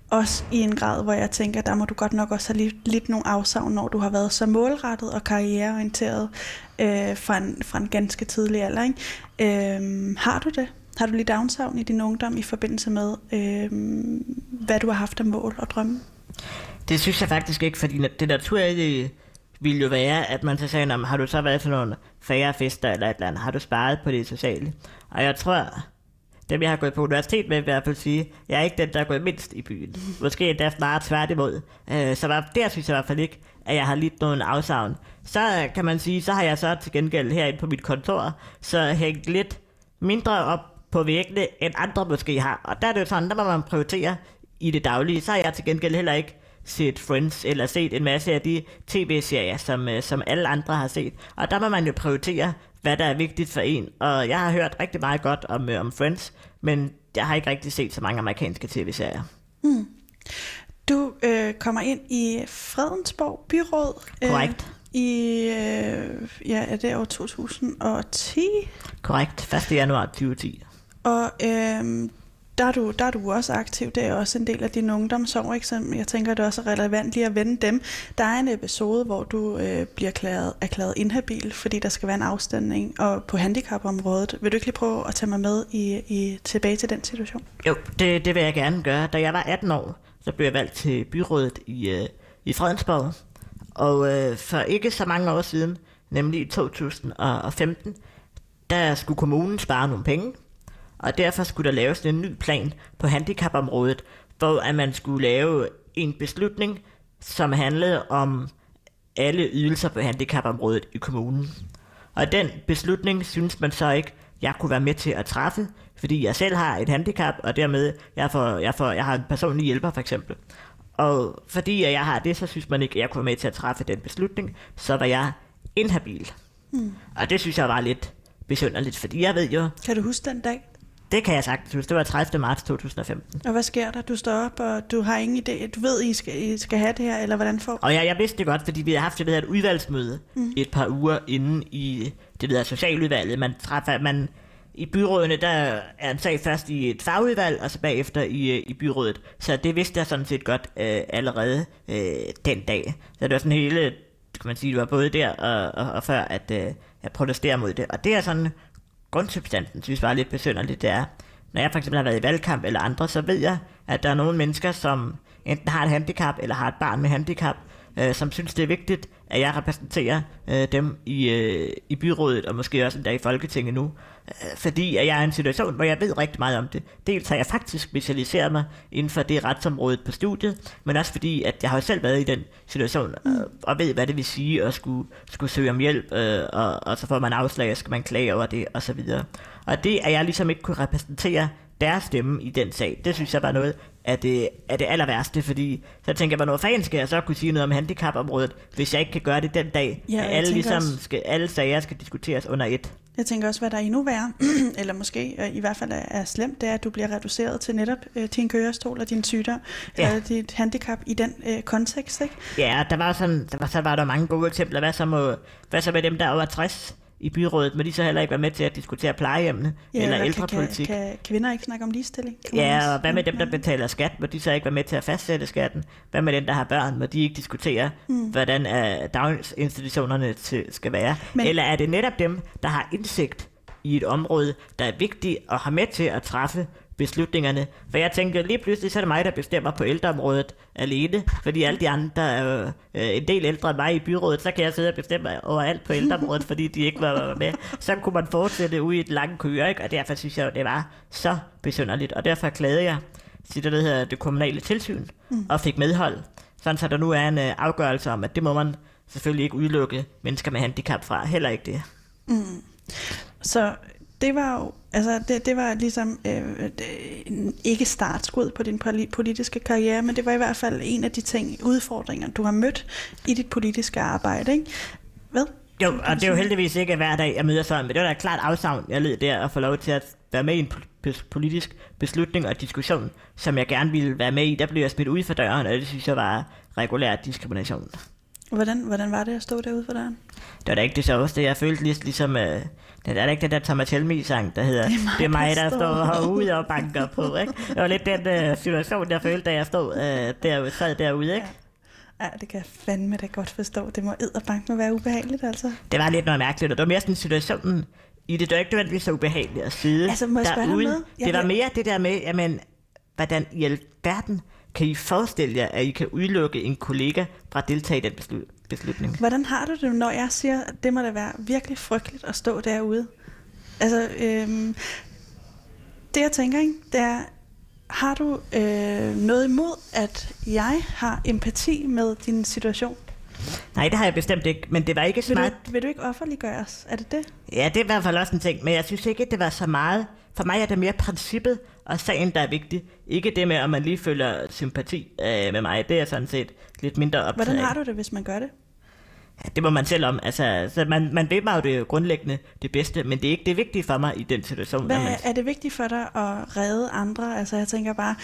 også i en grad, hvor jeg tænker, der må du godt nok også have lidt nogle afsavn, når du har været så målrettet og karriereorienteret fra en ganske tidlig alder, ikke? Har du det? Har du lidt afsavn i din ungdom i forbindelse med, hvad du har haft af mål og drømme? Det synes jeg faktisk ikke, fordi det naturlige ville jo være, at man så sagde, har du så været til nogle færre fester eller et eller andet? Har du sparet på det sociale? Og jeg tror, dem jeg har gået på universitet med, vil i hvert fald sige, jeg er ikke den, der er gået mindst i byen. Måske endda snart tværtimod. Så der synes jeg i hvert fald ikke, at jeg har lidt nogen afsavn. Så kan man sige, så har jeg så til gengæld herinde på mit kontor, så hængt lidt mindre op på væggene, end andre måske har. Og der er det jo sådan, der må man prioritere i det daglige. Så har jeg til gengæld heller ikke set Friends, eller set en masse af de tv-serier, som alle andre har set. Og der må man jo prioritere, hvad der er vigtigt for en. Og jeg har hørt rigtig meget godt om Friends, men jeg har ikke rigtig set så mange amerikanske tv-serier. Du kommer ind i Fredensborg Byråd. Korrekt. Er det år 2010? Korrekt, 1. januar 2010. Og der er du også aktiv. Det er også en del af din ungdomsår, ikke? Så jeg tænker, det er også relevant lige at vende dem. Der er en episode, hvor du bliver erklæret inhabil, fordi der skal være en afstemning og på handicapområdet. Vil du ikke lige prøve at tage mig med tilbage til den situation? Jo, det vil jeg gerne gøre. Da jeg var 18 år, så blev jeg valgt til byrådet i Fredensborg. Og for ikke så mange år siden, nemlig i 2015, der skulle kommunen spare nogle penge. Og derfor skulle der laves en ny plan på handicapområdet, hvor at man skulle lave en beslutning, som handlede om alle ydelser på handicapområdet i kommunen. Og den beslutning synes man så ikke, jeg kunne være med til at træffe, fordi jeg selv har et handicap, og dermed jeg har en personlig hjælper for eksempel. Og fordi jeg har det, så synes man ikke, at jeg kunne være med til at træffe den beslutning, så var jeg inhabil. Og det synes jeg var lidt besynderligt, fordi jeg ved jo... Kan du huske den dag? Det kan jeg sagtens huske. Det var 30. marts 2015. Og hvad sker der? Du står op, og du har ingen idé. Du ved, I skal have det her, eller hvordan får? Og jeg vidste det godt, fordi vi havde haft et udvalgsmøde et par uger inden i det der socialudvalget. I byrådene, der er en sag først i et fagudvalg, og så bagefter i byrådet. Så det vidste jeg sådan set godt allerede den dag. Så det var sådan hele, kan man sige, det var både der og før, at jeg protesterer mod det. Og det er sådan grundsubstansen, synes jeg var lidt besynderligt, det er. Når jeg for eksempel har været i valgkamp eller andre, så ved jeg, at der er nogle mennesker, som enten har et handicap eller har et barn med handicap, som synes, det er vigtigt, at jeg repræsenterer dem i byrådet, og måske også endda i Folketinget nu. Fordi at jeg er i en situation, hvor jeg ved rigtig meget om det. Dels har jeg faktisk specialiseret mig inden for det retsområde på studiet, men også fordi, at jeg har selv været i den situation, og ved, hvad det vil sige at skulle søge om hjælp, og så får man afslag, og skal man klage over det, og så videre. Og det, at jeg ligesom ikke kunne repræsentere deres stemme i den sag, det synes jeg var noget af det aller værste, fordi så tænker jeg, hvornår fanden skal jeg så kunne sige noget om handicapområdet, hvis jeg ikke kan gøre det den dag, at alle sager skal diskuteres under et. Jeg tænker også, hvad der er endnu værre, eller måske i hvert fald er slemt, det er, at du bliver reduceret til netop din kørestol og din sygdom, eller dit handicap i den kontekst, ikke? Ja, der var mange gode eksempler. Hvad så med dem, der er over 60 i byrådet, men de så heller ikke være med til at diskutere plejehjemmene eller ældrepolitik? Kan kvinder ikke snakke om ligestilling? Ja, og hvad med dem, der betaler skat? Må de så ikke være med til at fastsætte skatten? Hvad med dem, der har børn? Må de ikke diskutere, hvordan daginstitutionerne skal være? Eller er det netop dem, der har indsigt i et område, der er vigtigt at have med til at træffe beslutningerne? For jeg tænker, lige pludselig så er det mig, der bestemmer på ældreområdet alene, fordi alle de andre er en del ældre end mig i byrådet, så kan jeg sidde og bestemme overalt på ældreområdet, fordi de ikke var med. Så kunne man fortsætte ude i et langt køer, ikke? Og derfor synes jeg, det var så besynderligt. Og derfor klagede jeg til det, der hedder det kommunale tilsyn, og fik medhold. Sådan så der nu er en afgørelse om, at det må man selvfølgelig ikke udelukke mennesker med handicap fra. Heller ikke det. Så det var jo, altså det var ligesom ikke startskud på din politiske karriere, men det var i hvert fald en af de udfordringer, du har mødt i dit politiske arbejde, ikke? Hvad? Jo, og det er jo heldigvis ikke hver dag, jeg møder sådan, men det var da et klart afsavn, jeg led der at få lov til at være med i en politisk beslutning og diskussion, som jeg gerne ville være med i. Der blev jeg smidt ud for døren, og det synes jeg var regulær diskrimination. Hvordan var det at stå derude for døren? Det var da ikke det sjoveste. Jeg følte ligesom... det er da ikke den der Thomas Helmig-sang, der hedder Det er mig, der står herude og banker på, ikke? Det var lidt den situation, jeg følte, da jeg sad derude, ikke? Ja, det kan jeg fandme da godt forstå. Det må edderbank være ubehageligt, altså. Det var lidt noget mærkeligt, og det var mere sådan situationen i det. Det var ikke nødvendigvis så ubehageligt at sidde derude. Det var mere det der med, jamen, hvordan i alverden kan I forestille jer, at I kan udelukke en kollega fra at deltage i den beslutning? Hvordan har du det, når jeg siger, at det må da være virkelig frygteligt at stå derude? Altså, det jeg tænker, ikke, det er, har du noget imod, at jeg har empati med din situation? Nej, det har jeg bestemt ikke, men det var ikke så meget... Vil du ikke offerliggøres? Er det det? Ja, det er i hvert fald også en ting, men jeg synes ikke, det var så meget. For mig er det mere princippet og sagen, der er vigtig. Ikke det med, om man lige føler sympati med mig. Det er sådan set lidt mindre optaget. Hvordan har du det, hvis man gør det? Ja, det må man selv om. Altså, så man ved mig jo det grundlæggende det bedste, men det er ikke det vigtige for mig i den situation. Hvad er det vigtigt for dig at redde andre? Altså, jeg tænker bare...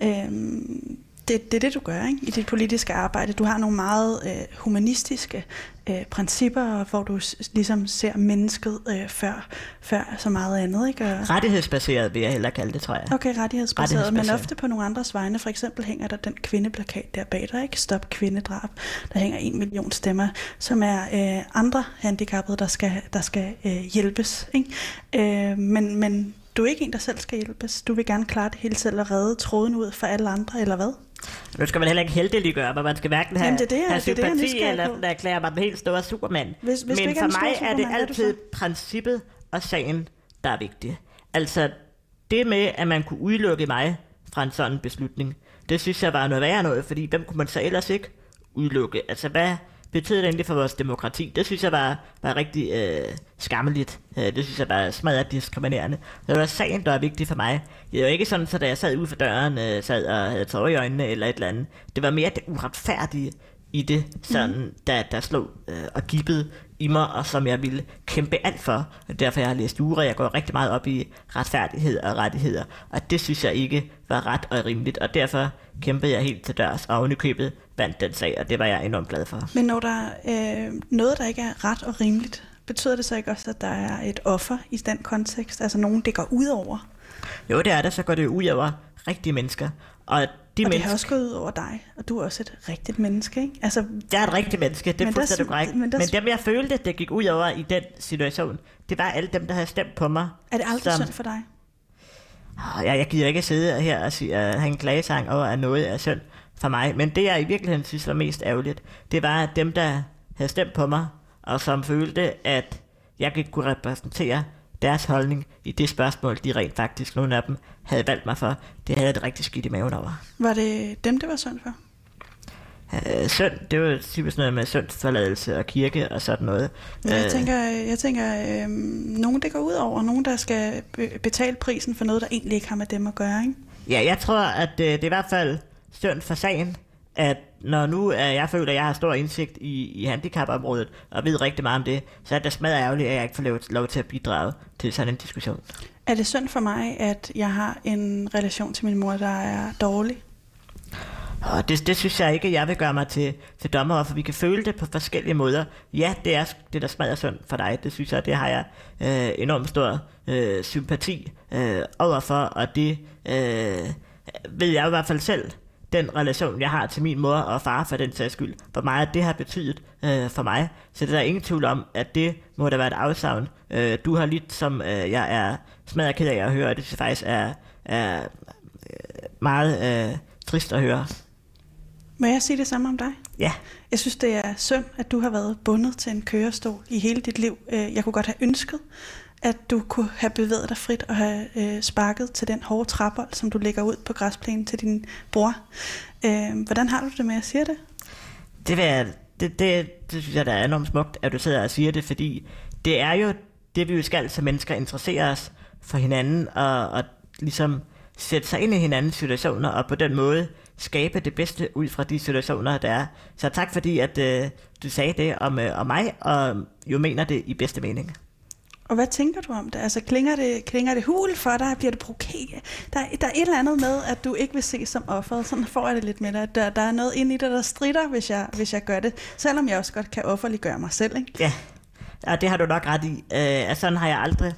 Det er det, du gør, ikke? I dit politiske arbejde. Du har nogle meget humanistiske principper, hvor du ligesom ser mennesket før så meget andet, ikke? Og rettighedsbaseret vil jeg hellere kalde det, tror jeg. Okay, rettighedsbaseret, men ofte på nogle andres vegne. For eksempel hænger der den kvindeplakat der bag dig, ikke? Stop kvindedrab. Der hænger 1 million stemmer, som er andre handicappede, der skal hjælpes, ikke? Men du er ikke en, der selv skal hjælpes. Du vil gerne klare det hele selv og redde tråden ud for alle andre, eller hvad? Nu skal man heller ikke heldiggøre, men man skal hverken have sympati eller erklære mig den helt store supermand. Men for mig er det altid princippet og sagen, der er vigtigt. Altså det med, at man kunne udelukke mig fra en sådan beslutning, det synes jeg var noget værre noget, fordi hvem kunne man så ellers ikke udelukke? Altså hvad betyder det egentlig for vores demokrati? Det synes jeg var rigtig skammeligt. Det synes jeg var smadret diskriminerende. Det var sagen, der var vigtig for mig. Det var ikke sådan, så da jeg sad ude for døren, sad og havde tårer i øjnene eller et eller andet. Det var mere det uretfærdige i det, sådan, der slog og gibbede i mig, og som jeg ville kæmpe alt for. Og derfor jeg har læst jura. Jeg går rigtig meget op i retfærdighed og rettigheder. Og det synes jeg ikke var ret og rimeligt. Og derfor kæmpede jeg helt til dørs, og ovenikøbet vandt den sag, og det var jeg enormt glad for. Men når der er noget, der ikke er ret og rimeligt, betyder det så ikke også, at der er et offer i den kontekst? Altså nogen, det går ud over? Jo, det er det. Så går det ud over rigtige mennesker. Og det har også gået ud over dig, og du er også et rigtigt menneske, ikke? Altså, jeg er et rigtigt menneske, det er fuldstændig korrekt. Men dem, jeg følte, det gik ud over i den situation, det var alle dem, der havde stemt på mig. Er det aldrig synd for dig? Jeg gider ikke sidde her og have en klagesang over, at noget er synd for mig. Men det, jeg i virkeligheden synes var mest ærgerligt, det var, at dem, der havde stemt på mig, og som følte, at jeg ikke kunne repræsentere deres holdning i det spørgsmål, de rent faktisk, nogle af dem, havde valgt mig for, det havde det rigtig skidt i maven over. Var det dem, det var synd for? Synd, det var typisk noget med syndforladelse og kirke og sådan noget. Jeg tænker nogen, det går ud over, nogen, der skal betale prisen for noget, der egentlig ikke har med dem at gøre, ikke? Ja, jeg tror, at det er i hvert fald synd for sagen, at når nu jeg føler, at jeg har stor indsigt i handicapområdet og ved rigtig meget om det, så er det smadret ærgerligt, at jeg ikke får lov til at bidrage til sådan en diskussion. Er det synd for mig, at jeg har en relation til min mor, der er dårlig? Og det synes jeg ikke, jeg vil gøre mig til dommer, for vi kan føle det på forskellige måder. Ja, det er det, der smadrer synd for dig. Det synes jeg, det har jeg enormt stor sympati overfor, og det ved jeg i hvert fald selv, den relation, jeg har til min mor og far for den sags skyld, hvor meget det har betydet for mig. Så det er der ingen tvivl om, at det må da være et afsavn. Du har lidt, som jeg er smadret ked af at høre, og det synes jeg faktisk er meget trist at høre. Må jeg sige det samme om dig? Ja. Jeg synes, det er synd, at du har været bundet til en kørestol i hele dit liv. Jeg kunne godt have ønsket, at du kunne have bevæget dig frit og have sparket til den hårde træbold, som du lægger ud på græsplænen til din bror. Hvordan har du det med at sige det? Det synes jeg, der er enormt smukt, at du sidder og siger det, fordi det er jo det, vi jo skal som mennesker interessere os for hinanden, og ligesom sætte sig ind i hinandens situationer, og på den måde skabe det bedste ud fra de situationer, der er. Så tak fordi, at du sagde det om mig, og jo mener det i bedste mening. Og hvad tænker du om det? Altså, klinger det hul for dig? Bliver det provokeret? Der er et eller andet med, at du ikke vil se som offeret. Sådan får jeg det lidt med dig. Der er noget inde i dig, der stritter, hvis jeg gør det. Selvom jeg også godt kan offerliggøre mig selv, ikke? Ja, og det har du nok ret i. Sådan har jeg aldrig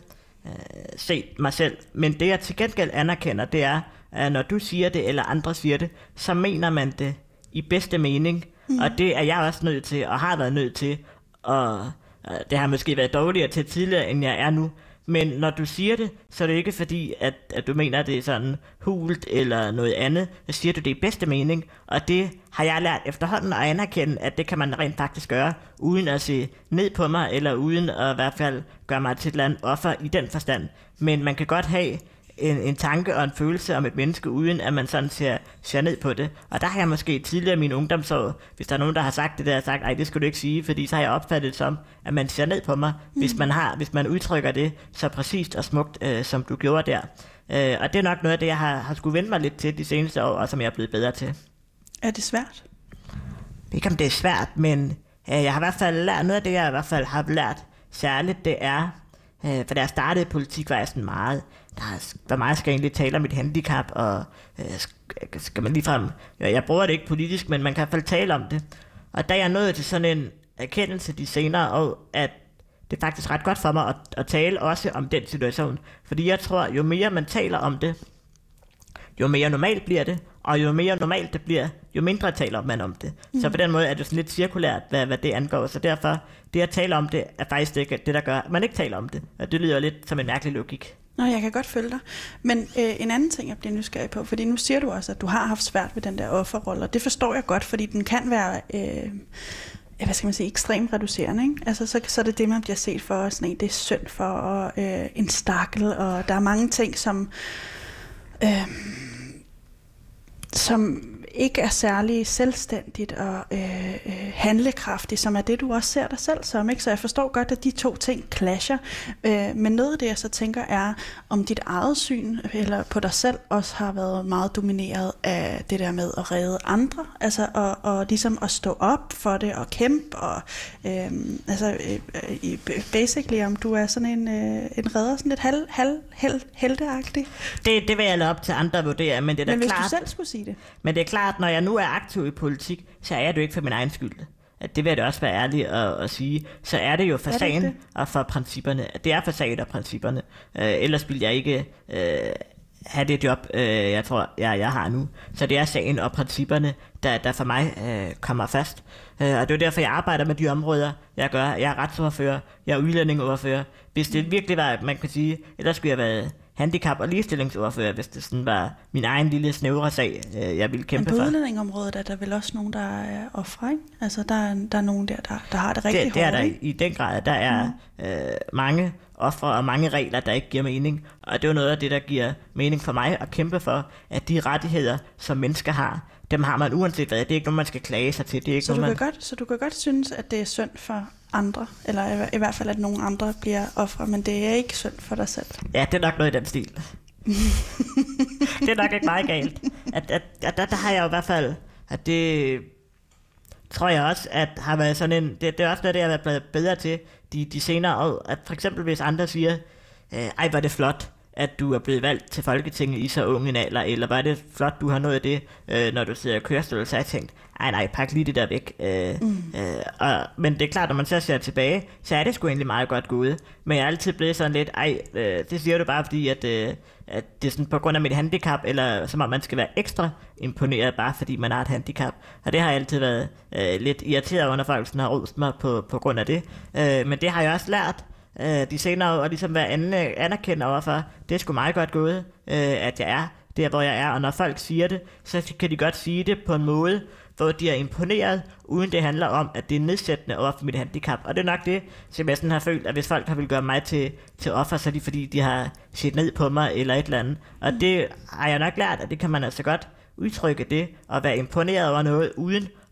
set mig selv. Men det, jeg til gengæld anerkender, det er, at når du siger det, eller andre siger det, så mener man det i bedste mening. Og det er jeg også nødt til, og har været nødt til, og det har måske været dårligere til tidligere, end jeg er nu. Men når du siger det, så er det ikke fordi, at du mener, at det er sådan hult eller noget andet. Så siger du det i bedste mening, og det har jeg lært efterhånden at anerkende, at det kan man rent faktisk gøre, uden at se ned på mig, eller uden at i hvert fald gøre mig til et eller andet offer i den forstand. Men man kan godt have en tanke og en følelse om et menneske, uden at man sådan ser ned på det. Og der har jeg måske tidligere i min ungdomsår, hvis der er nogen, der har sagt det der, sagt, ej, det skulle du ikke sige, fordi så har jeg opfattet det som, at man ser ned på mig, hvis man udtrykker det så præcist og smukt, som du gjorde der. Og det er nok noget af det, jeg har skulle vende mig lidt til de seneste år, og som jeg er blevet bedre til. Er det svært? Ikke om det er svært, men jeg har i hvert fald lært, noget af det, jeg i hvert fald har lært særligt, det er, for da jeg startede i politik, var jeg sådan meget, hvor meget skal jeg egentlig tale om mit handicap, og skal man ligefrem, jeg bruger det ikke politisk, men man kan i hvert fald tale om det. Og da jeg nåede til sådan en erkendelse de senere år, at det er faktisk ret godt for mig at tale også om den situation. Fordi jeg tror, jo mere man taler om det, jo mere normalt bliver det, og jo mere normalt det bliver, jo mindre taler man om det. Så på den måde er det sådan lidt cirkulært, hvad det angår. Så derfor, det at tale om det, er faktisk ikke det, der gør, at man ikke taler om det. Og det lyder lidt som en mærkelig logik. Nå, jeg kan godt følge dig. Men en anden ting, jeg bliver nysgerrig på, fordi nu siger du også, at du har haft svært ved den der offerrolle, og det forstår jeg godt, fordi den kan være, hvad skal man sige, ekstremt reducerende, ikke? Altså, så er det man bliver set for, sådan en, det er synd for, og en stakkel, og der er mange ting, som ikke er særlig selvstændigt og handlekraftigt, som er det, du også ser dig selv som, ikke? Så jeg forstår godt, at de to ting clasher. Men noget af det, jeg så tænker, er, om dit eget syn eller på dig selv også har været meget domineret af det der med at redde andre, altså og ligesom at stå op for det og kæmpe, og basically, om du er sådan en redder, sådan lidt helteagtig. Det vil jeg lade op til andre at vurdere, men det er da klart. Men hvis du selv skulle sige det. Men det er klart, når jeg nu er aktiv i politik, så er det jo ikke for min egen skyld. Det vil jeg da også være ærlig at sige. Så er det jo for sagen og for principperne. Det er for sagen og principperne. Ellers vil jeg ikke have det job, jeg tror, jeg har nu. Så det er sagen og principperne, der for mig kommer fast. Og det er jo derfor, jeg arbejder med de områder, jeg gør. Jeg er retsordfører, jeg er udlændingeordfører. Hvis det virkelig var, man kan sige, ellers skulle jeg være handicap- og ligestillingsordfører, hvis det sådan var min egen lille snævre sag, jeg ville kæmpe for. Men på udlændingområdet er der vel også nogen, der er ofre, ikke? Altså, der er nogen der har det rigtig hårdt, det er der i den grad. Der er mange ofre og mange regler, der ikke giver mening. Og det er jo noget af det, der giver mening for mig at kæmpe for, at de rettigheder, som mennesker har, dem har man uanset hvad. Det er ikke noget, man skal klage sig til. Det er ikke så du kan godt synes, at det er synd for andre, eller i hvert fald, at nogle andre bliver ofre, men det er ikke synd for dig selv. Ja, det er nok noget i den stil. Det er nok ikke meget galt. Der har jeg jo i hvert fald, at det tror jeg også, at har været sådan en, det er også noget, det jeg har været bedre til de senere år, at for eksempel hvis andre siger, ej, var det flot, at du er blevet valgt til Folketinget i så ung en alder, eller var det flot, du har nået det, når du sidder i kørestol, så har jeg tænkt, nej, pak lige det der væk. Men det er klart, når man så ser tilbage, så er det sgu egentlig meget godt gået. Men jeg er altid blevet sådan lidt, det siger du bare fordi, at det er sådan på grund af mit handicap, eller som om man skal være ekstra imponeret, bare fordi man har et handicap. Og det har jeg altid været lidt irriteret over, når folk sådan har rost mig på grund af det. Men det har jeg også lært de senere år, og ligesom være anerkendt overfor, det er sgu meget godt gået, at jeg er der, hvor jeg er. Og når folk siger det, så kan de godt sige det på en måde, hvor de er imponeret, uden det handler om, at det er nedsættende over for mit handicap. Og det er nok det, som jeg sådan har følt, at hvis folk har vil gøre mig til offer, så er det fordi, de har set ned på mig eller et eller andet. Og det har jeg nok lært, at det kan man altså godt udtrykke det, og være imponeret over noget, uden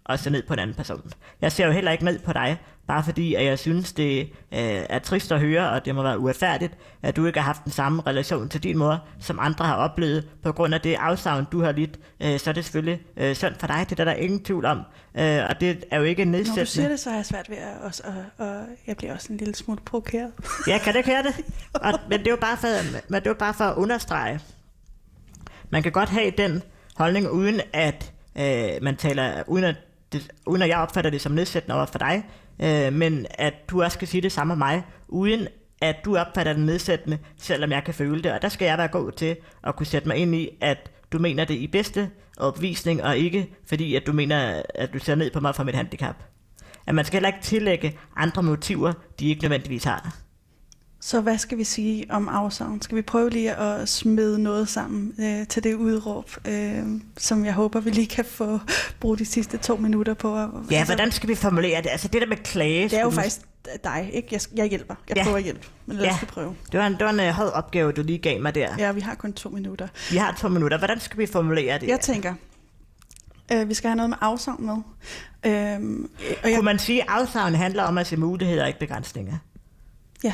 at se ned på en anden person. Jeg ser jo heller ikke ned på dig, bare fordi at jeg synes, det er trist at høre, og det må være uretfærdigt, at du ikke har haft den samme relation til din mor, som andre har oplevet på grund af det afsavn, du har lidt. Så er det selvfølgelig synd for dig, det er der ingen tvivl om. Og det er jo ikke nedsættende. Når du siger det, så har jeg svært ved og jeg bliver også en lille smule provokeret. Ja, kan du ikke høre det? Men det er jo bare for at understrege. Man kan godt have den holdning, uden at man taler, uden at jeg opfatter det som nedsættende over for dig, men at du også skal sige det samme om mig, uden at du opfatter det nedsættende, selvom jeg kan føle det. Og der skal jeg være god til at kunne sætte mig ind i, at du mener det i bedste opvisning, og ikke fordi, at du mener, at du ser ned på mig for mit handicap. At man skal heller ikke tillægge andre motiver, de ikke nødvendigvis har. Så hvad skal vi sige om afsavn? Skal vi prøve lige at smide noget sammen til det udråb, som jeg håber, vi lige kan få bruge de sidste 2 minutter på? Ja, hvordan skal vi formulere det? Altså det der med klage... Det er jo faktisk dig, ikke? Jeg hjælper. Jeg prøver at hjælpe, men lad os prøve. Det var en hård opgave, du lige gav mig der. Ja, vi har kun 2 minutter. Vi har 2 minutter. Hvordan skal vi formulere det? Jeg tænker, vi skal have noget med afsavn med. Kunne man sige, at afsavn handler om at se muligheder og ikke begrænsninger? Ja.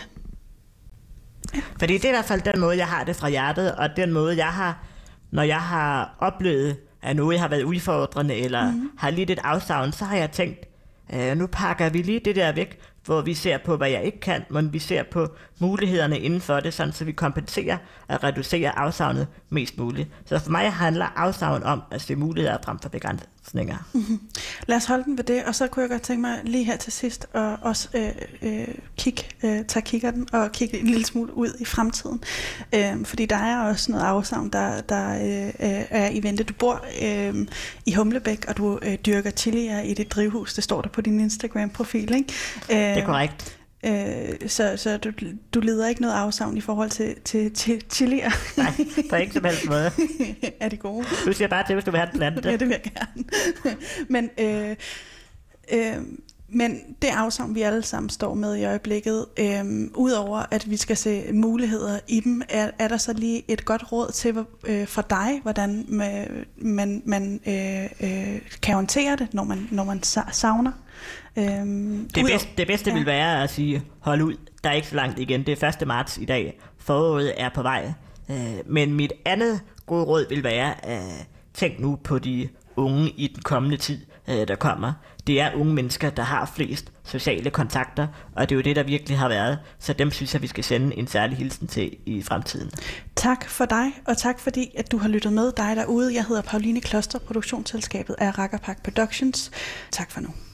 Fordi det er i hvert fald den måde, jeg har det fra hjertet, og den måde, jeg har, når jeg har oplevet, at noget har været udfordrende, eller har lidt et afsavn, så har jeg tænkt, nu pakker vi lige det der væk, hvor vi ser på, hvad jeg ikke kan, men vi ser på mulighederne inden for det, sådan, så vi kompenserer og reducerer afsavnet mest muligt. Så for mig handler afsavn om at se muligheder frem for begrænsninger. Mm-hmm. Lad os holde den ved det, og så kunne jeg godt tænke mig lige her til sidst at også tage kikkerten og kigge en lille smule ud i fremtiden. Fordi der er også noget afsavn, der er i vente. Du bor i Humlebæk, og du dyrker chilier i dit drivhus. Det står der på din Instagram-profil, ikke? Det er korrekt. Så du lider ikke noget afsavn i forhold til chilier? Nej, på ikke som helst måde. Er de gode? Du siger bare til, hvis du vil have en plante. Ja, det vil jeg gerne. Men det afsavn, vi alle sammen står med i øjeblikket, udover at vi skal se muligheder i dem, er der så lige et godt råd til for dig, hvordan man kan håndtere det, når man savner? Det bedste vil være at sige, hold ud, der er ikke så langt igen. Det er 1. marts i dag. Foråret er på vej. Men mit andet gode råd vil være, tænk nu på de unge i den kommende tid, der kommer. Det er unge mennesker, der har flest sociale kontakter, og det er jo det, der virkelig har været. Så dem synes jeg, vi skal sende en særlig hilsen til i fremtiden. Tak for dig, og tak fordi, at du har lyttet med dig derude. Jeg hedder Pauline Kloster, produktionsselskabet er Rakkerpark Productions. Tak for nu.